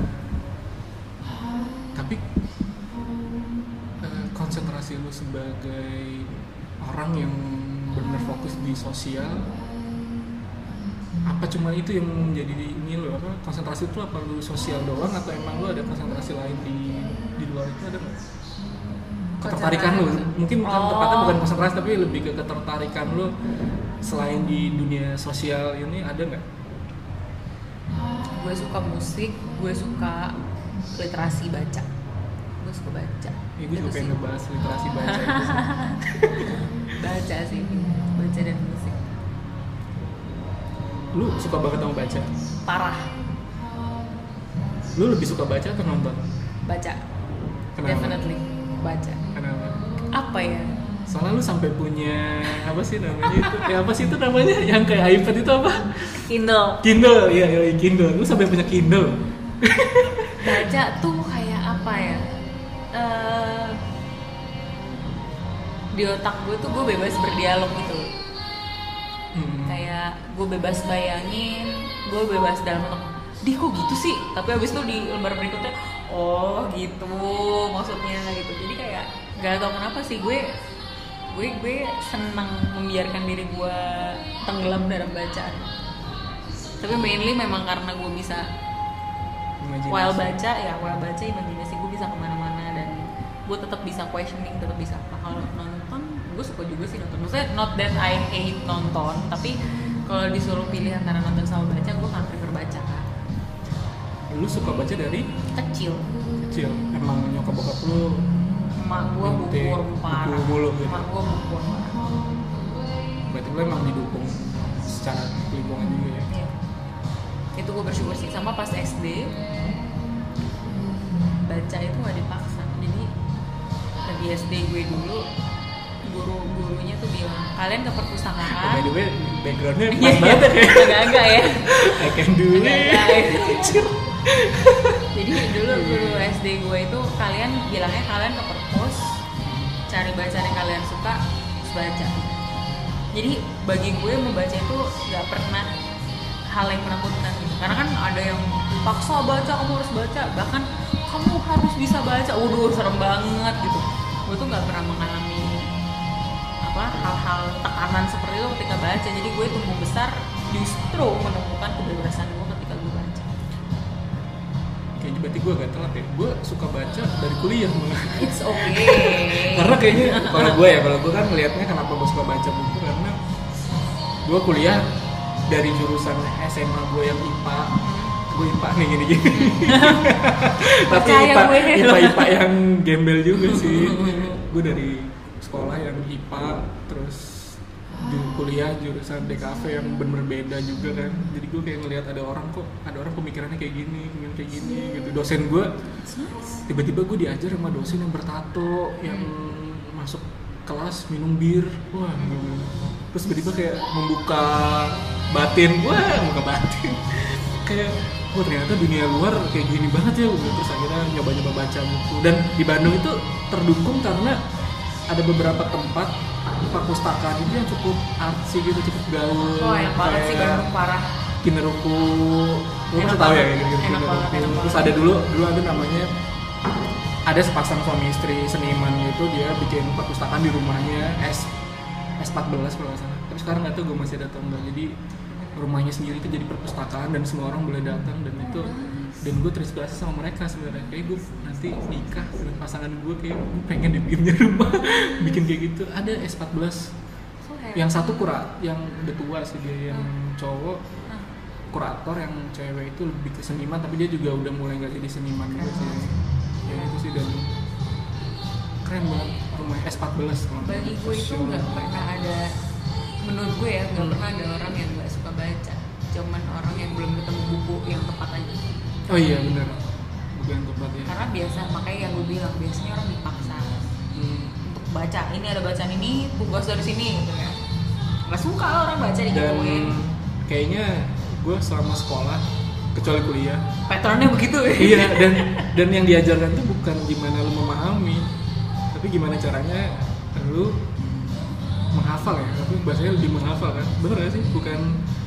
[SPEAKER 1] Tapi konsentrasi lu sebagai orang yang benar fokus di sosial, apa cuma itu yang menjadi ini lo, apa konsentrasi itu apa lu sosial doang atau emang lu ada konsentrasi lain di luar itu, ada nggak? Ketertarikan lu mungkin tepatnya bukan konsentrasi tapi lebih ke ketertarikan lu selain di dunia sosial ini, ada nggak?
[SPEAKER 2] Gue suka musik, gue suka literasi baca. Gue suka baca.
[SPEAKER 1] Ya, gue juga
[SPEAKER 2] Itu
[SPEAKER 1] pengen
[SPEAKER 2] sih.
[SPEAKER 1] ngebahas literasi baca itu sih.
[SPEAKER 2] Baca sih, baca dan musik.
[SPEAKER 1] Lu suka banget sama baca?
[SPEAKER 2] Parah.
[SPEAKER 1] Lu lebih suka baca atau nonton?
[SPEAKER 2] Baca.
[SPEAKER 1] Kenapa?
[SPEAKER 2] Definitely baca.
[SPEAKER 1] Kenapa?
[SPEAKER 2] Apa ya?
[SPEAKER 1] Soalnya lu sampai punya apa sih namanya itu? Apa sih itu namanya? Yang kayak iPad itu apa?
[SPEAKER 2] Kindle.
[SPEAKER 1] Kindle, iya Kindle. Lu sampai punya Kindle.
[SPEAKER 2] Baca tuh kayak apa ya? Di otak gue tuh gue bebas berdialog gitu. Kayak gue bebas bayangin, gue bebas dalam otak. Di kok gitu sih? Tapi abis itu di lembar berikutnya, oh gitu maksudnya gitu. Jadi kayak gak tau kenapa sih gue senang membiarkan diri gue tenggelam dalam bacaan. Tapi mainly memang karena gue bisa while baca imajinasi gue bisa kemana-mana dan gue tetap bisa questioning, tetap bisa apa. Kalau nonton gue suka juga sih nonton, maksudnya not that I hate nonton, tapi kalau disuruh pilih antara nonton sama baca, gue akan prefer baca kan.
[SPEAKER 1] Lu suka baca dari
[SPEAKER 2] Kecil
[SPEAKER 1] kecil? Emang nyokap bokap lu
[SPEAKER 2] emak gue bukur parah,
[SPEAKER 1] buku mulu gitu?
[SPEAKER 2] emak gue bukur parah.
[SPEAKER 1] Berarti lu emang didukung secara lingkungan juga ya?
[SPEAKER 2] Iya. Itu gue bersyukur sih. Sama pas SD baca itu gak dipaksa. Jadi di SD gue dulu guru-gurunya tuh bilang kalian ke perpustakaan.
[SPEAKER 1] By the way, backgroundnya pas banget ya kayak
[SPEAKER 2] Agak-agak ya.
[SPEAKER 1] I can do it.
[SPEAKER 2] Agak-agak. Jadi dulu guru SD gue itu kalian bilangnya kalian ke perpus cari bacaan yang kalian suka terus baca. Jadi bagi gue membaca itu nggak pernah hal yang menakutkan gitu. Karena kan ada yang paksa baca, kamu harus baca, bahkan kamu harus bisa baca. Waduh serem banget gitu. Gue tuh nggak pernah mengalami hal-hal tekanan seperti itu ketika baca. Jadi gue tumbuh besar justru menemukan kebebasan gue ketika gue baca.
[SPEAKER 1] Kayaknya berarti gue agak telat ya. Gue suka baca dari kuliah malah.
[SPEAKER 2] It's okay.
[SPEAKER 1] Karena kayaknya kalau gue kan melihatnya kenapa gue suka baca buku, karena gue kuliah dari jurusan SMA gue yang IPA. Gue IPA nih gini-gini. Tapi IPA yang gembel juga sih. Gue dari sekolah yang IPA, terus di kuliah jurusan DKV yang bener beda juga kan. Jadi gue kayak ngelihat ada orang pemikirannya kayak gini gitu. Dosen gue tiba-tiba gue diajar sama dosen yang bertato, yang masuk kelas minum bir, wah terus tiba-tiba kayak membuka batin, kayak wah ternyata dunia luar kayak gini banget ya. Terus akhirnya nyoba-nyoba baca buku, dan di Bandung itu terdukung karena ada beberapa tempat perpustakaan itu yang cukup artsy gitu, cukup gaul.
[SPEAKER 2] Oh enak banget sih Bandung parah.
[SPEAKER 1] Kineruku, lu pasti tahu ya gitu.
[SPEAKER 2] Enak banget.
[SPEAKER 1] Terus ada dulu ada namanya, ada sepasang suami istri seniman gitu, dia bikin perpustakaan di rumahnya, S14 kalau nggak salah. Tapi sekarang nggak tahu gue masih ada atau enggak. Jadi rumahnya sendiri itu jadi perpustakaan dan semua orang boleh datang, dan itu dan gue terinspirasi sama mereka sebenarnya. Kayak gue nanti nikah dengan pasangan gue, kayak gue pengen dibikinnya rumah bikin kayak gitu. Ada S14 yang satu yang udah tua sih, dia yang cowok kurator, yang cewek itu lebih ke seniman tapi dia juga udah mulai nggak jadi seniman gitu sih. Ya itu sih, dan keren banget rumah S14.
[SPEAKER 2] Bagi gue itu nggak pernah ada, menurut gue ya nggak pernah ada orang yang nggak suka baca, cuman orang yang belum ketemu buku yang tepat aja.
[SPEAKER 1] Oh iya benar, buku yang tepat ya.
[SPEAKER 2] Karena biasa, makanya yang gue bilang biasanya orang dipaksa untuk baca, ini ada bacaan ini, tugas dari sini gitu ya. Nggak suka orang baca digituin.
[SPEAKER 1] Dan kayaknya gue selama sekolah, kecuali kuliah,
[SPEAKER 2] patternnya begitu ya.
[SPEAKER 1] iya, dan yang diajarkan tuh bukan gimana lu memahami, tapi gimana caranya lu menghafal ya. Tapi bahasanya lebih menghafal kan, bener gak sih? Bukan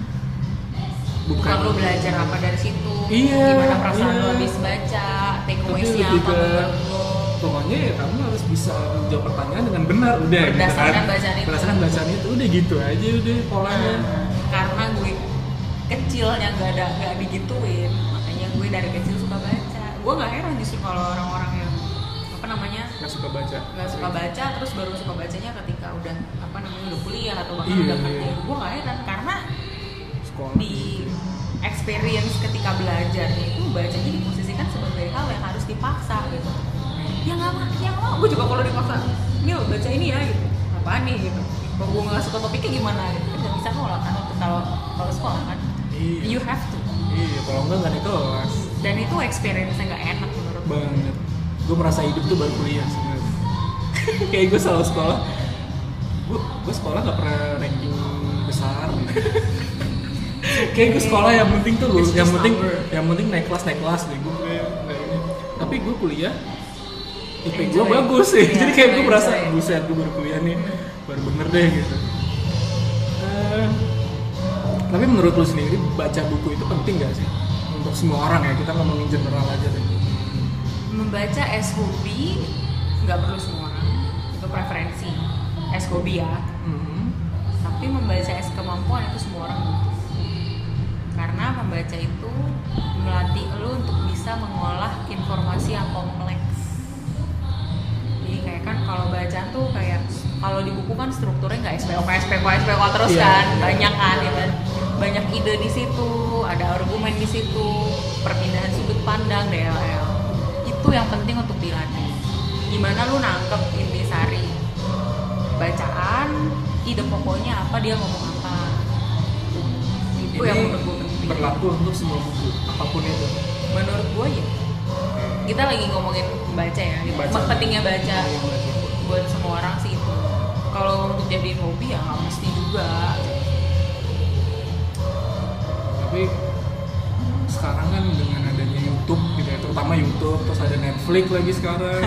[SPEAKER 2] lu belajar apa dari situ,
[SPEAKER 1] iya,
[SPEAKER 2] gimana perasaan
[SPEAKER 1] iya.
[SPEAKER 2] lu habis baca, take
[SPEAKER 1] Tapi
[SPEAKER 2] away-nya
[SPEAKER 1] lebih
[SPEAKER 2] apa
[SPEAKER 1] ke,
[SPEAKER 2] menurut lu.
[SPEAKER 1] pokoknya ya kamu harus bisa menjawab pertanyaan dengan benar, udah
[SPEAKER 2] Berdasarkan
[SPEAKER 1] gitu kan.
[SPEAKER 2] bacaan itu.
[SPEAKER 1] Berdasarkan bacaan itu, udah gitu aja udah polanya.
[SPEAKER 2] Karena gue kecilnya nggak digituin, makanya gue dari kecil suka baca. Gue nggak heran justru kalau orang-orang yang
[SPEAKER 1] Nggak suka baca.
[SPEAKER 2] nggak suka baca terus baru suka bacanya ketika udah udah kuliah atau bahkan
[SPEAKER 1] Iya,
[SPEAKER 2] udah kerja.
[SPEAKER 1] iya.
[SPEAKER 2] Gue nggak heran karena
[SPEAKER 1] Sekolah.
[SPEAKER 2] di experience ketika belajarnya itu bacanya diposisikan sebagai hal yang harus dipaksa gitu. Ya nggak mau. Gue juga kalau dipaksa, ini baca ini ya gitu. Apaan nih gitu. Kalau gue nggak suka topiknya gimana gitu. Kan nggak bisa nolak kan waktu kalau sekolah kan.
[SPEAKER 1] Iya.
[SPEAKER 2] You have to.
[SPEAKER 1] Iya, kalau enggak nggak di kelas.
[SPEAKER 2] Dan itu experience-nya nggak enak menurut gue.
[SPEAKER 1] Banget. Gue merasa hidup tuh baru kuliah sebenarnya. Kayak gue selalu sekolah. Gue sekolah nggak pernah ranking besar. Kayak gue sekolah yang penting tuh
[SPEAKER 2] It's
[SPEAKER 1] yang
[SPEAKER 2] just
[SPEAKER 1] penting
[SPEAKER 2] number.
[SPEAKER 1] naik kelas deh gue kayak nggak ini. Tapi gue kuliah IP gue
[SPEAKER 2] Enjoy.
[SPEAKER 1] bagus sih.
[SPEAKER 2] Iya,
[SPEAKER 1] Jadi kayak gue
[SPEAKER 2] enjoy.
[SPEAKER 1] merasa buset, gue baru kuliah nih, baru bener deh gitu. Tapi menurut lu sendiri baca buku itu penting gak sih untuk semua orang ya? Kita ngomongin general aja deh.
[SPEAKER 2] Membaca as hobi nggak perlu semua orang, itu preferensi as hobi ya. Tapi membaca as kemampuan itu semua orang butuh. Karena membaca itu melatih lo untuk bisa mengolah informasi yang kompleks. Jadi kayak kan kalau bacaan tuh kayak kalau di buku kan strukturnya nggak SPOK terus
[SPEAKER 1] Iya,
[SPEAKER 2] kan,
[SPEAKER 1] iya.
[SPEAKER 2] banyak kan ya kan. Banyak ide di situ, ada argumen di situ, perpindahan sudut pandang, DLL. Itu yang penting untuk dilatih. Gimana lu nangkep intisari bacaan, ide pokoknya apa, dia ngomong apa. Itu yang menurut gue penting.
[SPEAKER 1] Berlaku untuk semua buku apapun itu.
[SPEAKER 2] Menurut gue ya. Kita lagi ngomongin baca ya.
[SPEAKER 1] Baca.
[SPEAKER 2] Pentingnya baca
[SPEAKER 1] Iya, baca.
[SPEAKER 2] buat semua orang sih itu. Kalau untuk jadiin hobi ya nggak mesti juga.
[SPEAKER 1] Tapi sekarang kan dengan adanya YouTube gitu ya, terutama YouTube, terus ada Netflix lagi sekarang.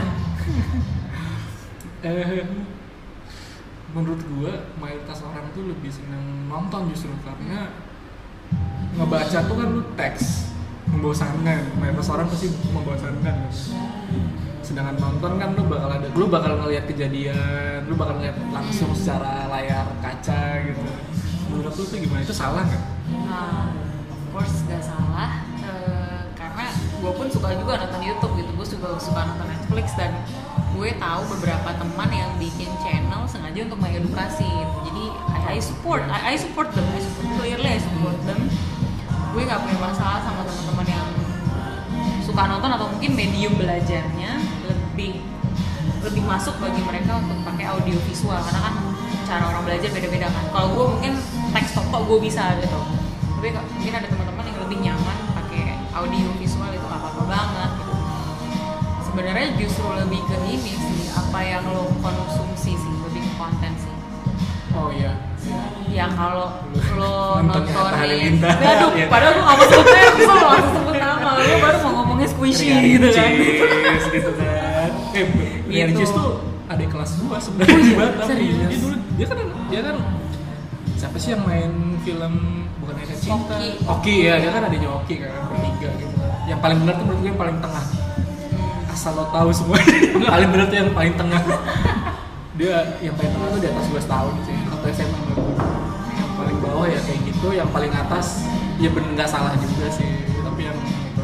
[SPEAKER 1] Menurut gua mayoritas orang tuh lebih senang nonton justru karena ngebaca tuh kan lu teks membosankan, mayoritas orang pasti membosankan. Sedangkan nonton kan lu bakal ngelihat kejadian, lu bakal ngeliat langsung secara layar kaca gitu. Menurut lu tuh gimana? Itu salah nggak?
[SPEAKER 2] Nah, of course gak salah. Karena gue pun suka juga nonton YouTube gitu. Gue suka nonton Netflix dan gue tahu beberapa teman yang bikin channel sengaja untuk mengedukasi gitu. Jadi I support them. Clearly I support them. Gue nggak punya masalah sama teman-teman yang suka nonton atau mungkin medium belajarnya lebih masuk bagi mereka untuk pakai audio visual karena kan cara orang belajar beda-beda kan. Kalau gue mungkin teks tok gue bisa gitu. Tapi mungkin ada teman-teman yang lebih nyaman pakai audio visual, itu nggak apa-apa banget gitu. Sebenarnya justru lebih ke ini sih, apa yang lo konsumsi sih, lebih ke konten sih.
[SPEAKER 1] Oh iya.
[SPEAKER 2] Ya kalau lo
[SPEAKER 1] Nontonnya Atta
[SPEAKER 2] nontonin,
[SPEAKER 1] Halilintar.
[SPEAKER 2] aduh,
[SPEAKER 1] Iya.
[SPEAKER 2] padahal gue nggak mau sebut merek, gue langsung sebut nama, lo baru mau ngomongnya squishy gitu kan.
[SPEAKER 1] Cheese gitu kan. Brian
[SPEAKER 2] Gitu.
[SPEAKER 1] Cheese tuh adik kelas gua sebenarnya di Batam.
[SPEAKER 2] Serius?
[SPEAKER 1] Dia dulu dia kan siapa sih yang main film bukan Ayah Cinta? Oki ya, dia kan adiknya Oki kan bertiga gitu. Yang paling benar tuh menurut gue yang paling tengah. Asal lo tahu semua. Paling benar tuh yang paling tengah. Dia yang paling tengah tuh di atas 12 tahun sih, atau SMA sama gue. Yang paling bawah ya kayak gitu, yang paling atas ya bener nggak salah juga sih, tapi yang itu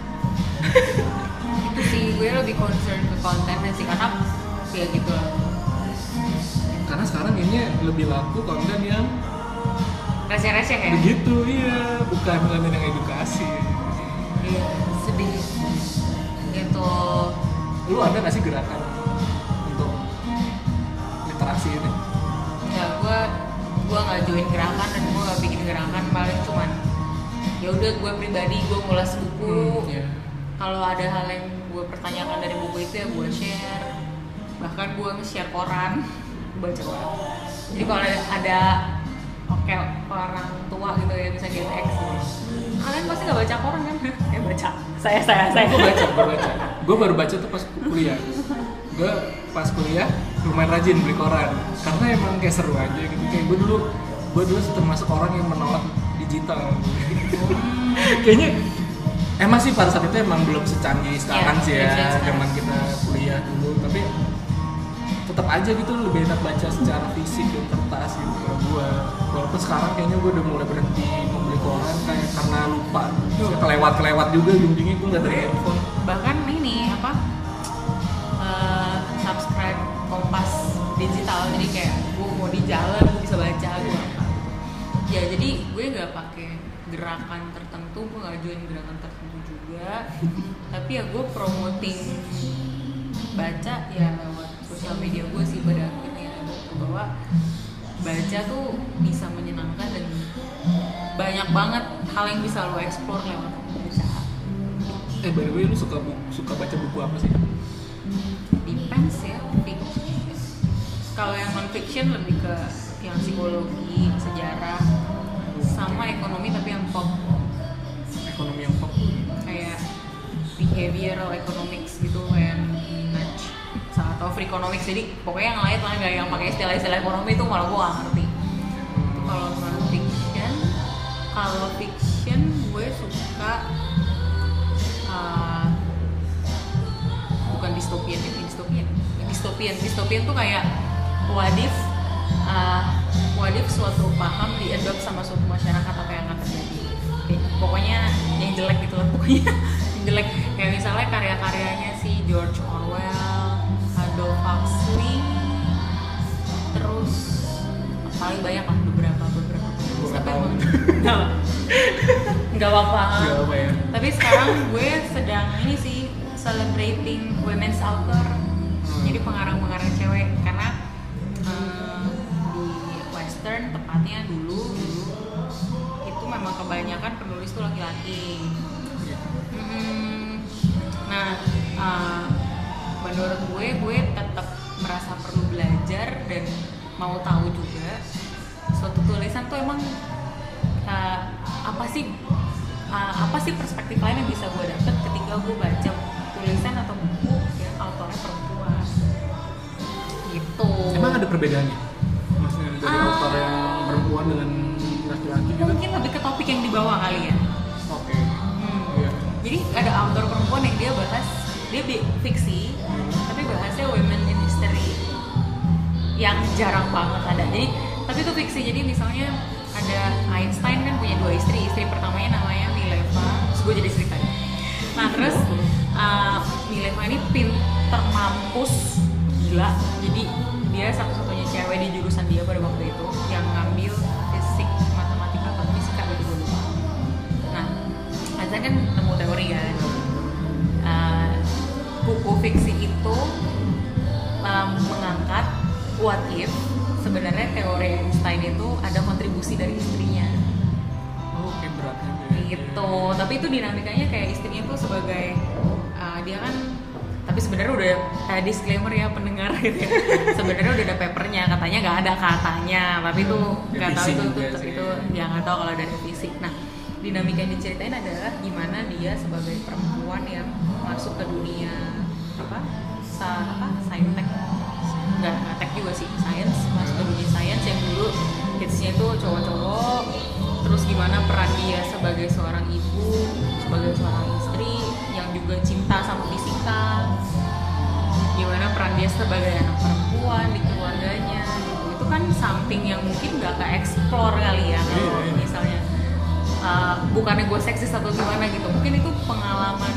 [SPEAKER 2] Itu sih gue lebih concern ke kontennya sih, karena ya gitu lah.
[SPEAKER 1] karena sekarang kayaknya lebih laku konten yang
[SPEAKER 2] Receh-receh ya?
[SPEAKER 1] begitu, iya, bukan konten yang edukasi.
[SPEAKER 2] Iya, sedih. Gitu.
[SPEAKER 1] Lu ada nggak sih gerakan untuk literasi ini?
[SPEAKER 2] Ya gue nggak join gerakan dan gue nggak bikin gerakan, paling cuman ya udah gue pribadi gue ngulas buku.
[SPEAKER 1] Iya.
[SPEAKER 2] Kalau ada hal yang gue pertanyakan dari buku itu ya gue share, bahkan gue nge-share koran, baca koran. Jadi kalau ada oke orang tua gitu ya bisa Gen X, kalian pasti nggak baca koran kan? Baca. Saya.
[SPEAKER 1] Gue baca. Gue baru baca tuh pas kuliah. Gue pas kuliah lumayan rajin beli koran karena emang kayak seru aja gitu. Kayak gue dulu termasuk orang yang menolak digital. Kayaknya emang sih pada saat itu emang belum secanggih sekarang sih ya, zaman kita kuliah dulu. Tapi tetap aja gitu lebih enak baca secara fisik dan kertas gitu kalau gue. Walaupun sekarang kayaknya gue udah mulai berhenti membeli koran kayak karena lupa. Kelewat juga ujung-ujungnya gue nggak dari handphone.
[SPEAKER 2] Bahkan ini apa? Subscribe Kompas digital, jadi kayak gue mau di jalan gue bisa baca gue apa. Ya jadi gue nggak pakai gerakan tertentu, gue nggak join gerakan tertentu juga. Tapi ya gue promoting baca ya lewat sosial media gue sih pada akhirnya, bahwa baca tuh bisa menyenangkan dan banyak banget hal yang bisa lo explore lewat baca.
[SPEAKER 1] By the way, lu suka baca buku apa sih?
[SPEAKER 2] Depends ya, fiction. Kalau yang non fiction lebih ke yang psikologi, sejarah, sama ekonomi tapi yang pop.
[SPEAKER 1] Ekonomi yang pop.
[SPEAKER 2] Kayak behavioral economics gitu, kayak nudge atau free economics. Jadi pokoknya yang lain lah, nggak yang pakai istilah-istilah ekonomi itu malah gue nggak ngerti. Itu kalau non fiction. Kalau fiction gue suka bukan dystopian tuh kayak what if suatu paham diadopt sama suatu masyarakat, apa yang akan terjadi. Pokoknya yang jelek gitu lah, pokoknya yang jelek. Kayak misalnya karya-karyanya si George Orwell, Aldous Huxley, terus paling banyak lah beberapa. Tapi emang nggak apa-apa ya. Tapi sekarang gue sedang ini sih celebrating women's author, jadi pengarang-pengarang cewek, karena di Western tepatnya dulu itu memang kebanyakan penulis tuh laki-laki. Nah menurut gue tetap merasa perlu belajar dan mau tahu juga suatu tulisan tuh emang apa sih perspektif lain yang bisa gue dapet ketika gue baca tulisan atau buku yang autornya perempuan gitu.
[SPEAKER 1] Emang ada perbedaannya? Maksudnya dari autor yang perempuan dengan laki-laki gitu?
[SPEAKER 2] Mungkin lebih ke topik yang dibawa kali ya.
[SPEAKER 1] Oke. Iya.
[SPEAKER 2] Jadi ada autor perempuan yang dia fiksi, tapi bahasnya women in history yang jarang banget ada. Jadi tapi itu fiksi. Jadi misalnya ada Einstein kan punya 2 istri pertamanya namanya Mileva, terus gue jadi ceritanya. Nah terus Mileva ini pinter mampus gila, jadi dia satu-satunya cewek di jurusan dia pada waktu itu yang ngambil fisik, matematika atau fisika gitu gue lupa. Nah Einstein kan nemu teori kan, buku fiksi itu mengangkat what if sebenarnya teori Einstein itu ada kontribusi dari istrinya.
[SPEAKER 1] Oke, beratnya
[SPEAKER 2] Gitu. Tapi itu dinamikanya kayak istrinya tuh sebagai dia kan, tapi sebenarnya udah disclaimer ya pendengar gitu ya. Sebenarnya udah ada papernya, katanya nggak ada katanya, tapi itu nggak tahu itu ya nggak tahu kalau dari fisik. Nah, dinamika yang diceritain adalah gimana dia sebagai perempuan yang masuk ke dunia saintek, nggak tech juga sih, sains, masuk ke dunia sains yang dulu hitsnya itu cowok-cowok. Terus gimana peran dia sebagai seorang ibu, sebagai seorang istri yang juga cinta sama fisika, gimana peran dia sebagai anak perempuan di keluarga something yang mungkin nggak ke-explore kali ya. Kalau misalnya bukannya gue seksis atau gimana gitu, mungkin itu pengalaman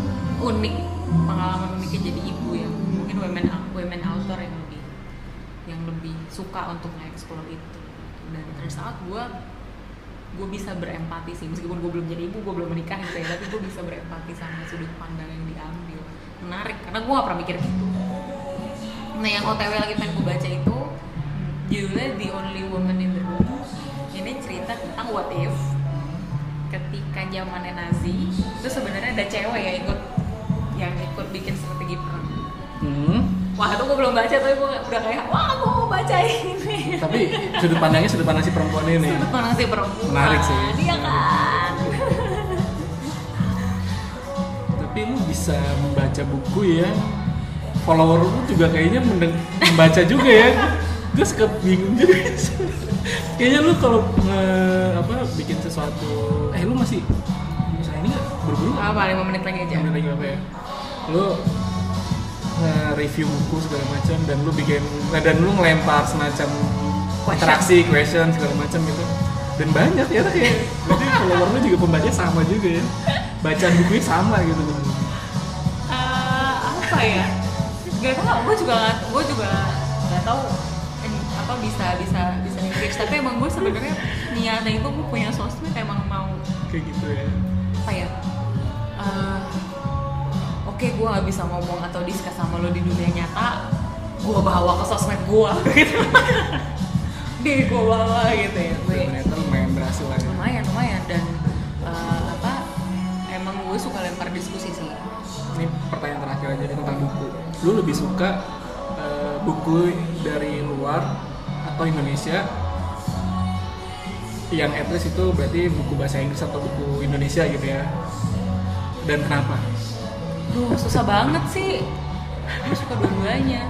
[SPEAKER 2] uniknya jadi ibu ya. Mungkin women author yang lebih suka untuk nge-explore itu. Dan terus saat gue bisa berempati sih, meskipun gue belum jadi ibu, gue belum menikah gitu ya, tapi gue bisa berempati sama sudut pandang yang diambil. Menarik, karena gue gak pernah mikir gitu. Nah yang OTW lagi pengen gue baca itu judulnya The Only Woman in the Room. Ini cerita tentang what if ketika zamannya Nazi itu sebenarnya ada cewek yang ikut bikin strategi perang. Wah itu gue belum baca, tapi gue udah kayak wah gue mau baca ini.
[SPEAKER 1] Tapi sudut pandang si perempuan ini.
[SPEAKER 2] Sudut pandang si perempuan.
[SPEAKER 1] Menarik sih.
[SPEAKER 2] Dia kan.
[SPEAKER 1] Tapi lu bisa membaca buku ya. Follower lu juga kayaknya membaca juga ya. Gue suka bingung juga. Kayaknya lu kalau bikin sesuatu, lu masih misalnya ini nggak buru-buru?
[SPEAKER 2] Apa 5 menit lagi aja?
[SPEAKER 1] 5 menit lagi apa ya? Lu review buku segala macam dan lu ngelempar semacam interaksi, question segala macam gitu. Dan banyak ya kayak berarti follower lu juga pembaca sama juga ya. Bacaan bukunya sama gitu.
[SPEAKER 2] Apa ya? Gak tau, gue juga gak tau apa bisa engage, tapi emang gue sebenarnya niatnya itu gue punya sosmed emang mau
[SPEAKER 1] kayak gitu ya.
[SPEAKER 2] Apa ya? Oke, gue gak bisa ngomong atau discuss sama lo di dunia nyata, gue bawa ke sosmed gue gitu. Gue bawa gitu ya.
[SPEAKER 1] Ternyata lumayan berhasil lah ya.
[SPEAKER 2] Lumayan dan emang gue suka lempar diskusi sih.
[SPEAKER 1] Ini pertanyaan terakhir aja tentang buku. Lu lebih suka buku dari luar atau Indonesia? Yang at least itu berarti buku bahasa Inggris atau buku Indonesia gitu ya. Dan kenapa?
[SPEAKER 2] Duh, susah banget sih. Gue suka dua-duanya.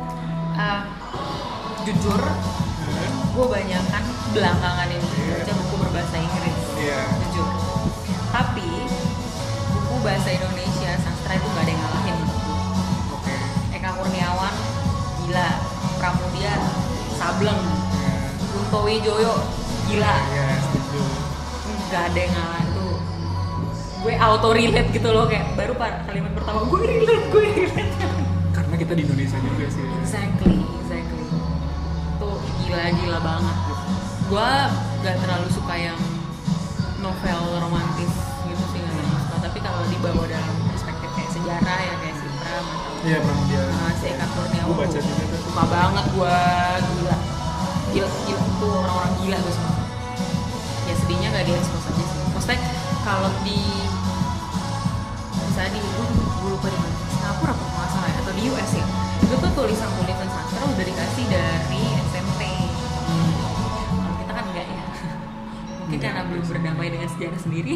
[SPEAKER 2] Jujur, gue banyakan belakangan ini baca buku berbahasa Inggris. Jujur. Tapi buku bahasa Indonesia sastra itu gak ada yang ngalahin. Eka Kurniawan gila, Pramudia sableng, Kunto Wijoyo gila. Gak ada yang ngalahin tuh. Gue auto relate gitu loh, kayak baru kalimat pertama gue relate.
[SPEAKER 1] Karena kita di Indonesia juga sih.
[SPEAKER 2] Exactly. Tuh gila banget. Gue gak terlalu suka yang novel romantis gitu sih, gak terlalu suka. Tapi kalau dibawa dalam perspektif kayak sejarah ya kayak Sitra atau si Eka Kurniawan,
[SPEAKER 1] gue baca juga tuh.
[SPEAKER 2] Suka banget gue, gila tuh orang-orang gila gue suka. Ya sedihnya gak diekspos aja sih. Maksudnya kalau misalnya gue lupa di mana, Singapura apa nggak salah ya, atau di US ya, itu tuh tulisan sastra udah dikasih dari SMP. Kalau kita kan enggak ya, mungkin karena belum berdamai dengan sejarah sendiri.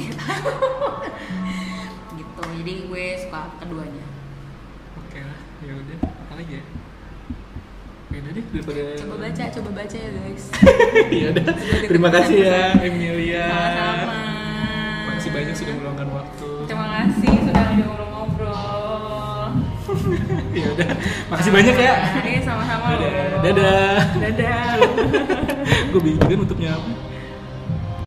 [SPEAKER 2] Gitu, jadi gue suka keduanya.
[SPEAKER 1] Oke lah, ya udah, apa lagi ya? Udah deh, daripada
[SPEAKER 2] Coba baca ya guys.
[SPEAKER 1] Iya udah, terima kasih ya Emilia.
[SPEAKER 2] Sama-sama.
[SPEAKER 1] Makasih banyak sudah meluangkan waktu.
[SPEAKER 2] Terima kasih sudah ngobrol-ngobrol.
[SPEAKER 1] Ya udah, makasih banyak ya.
[SPEAKER 2] Iya sama-sama loh.
[SPEAKER 1] Dadah.
[SPEAKER 2] Dadah.
[SPEAKER 1] Gue bingung nutupnya apa.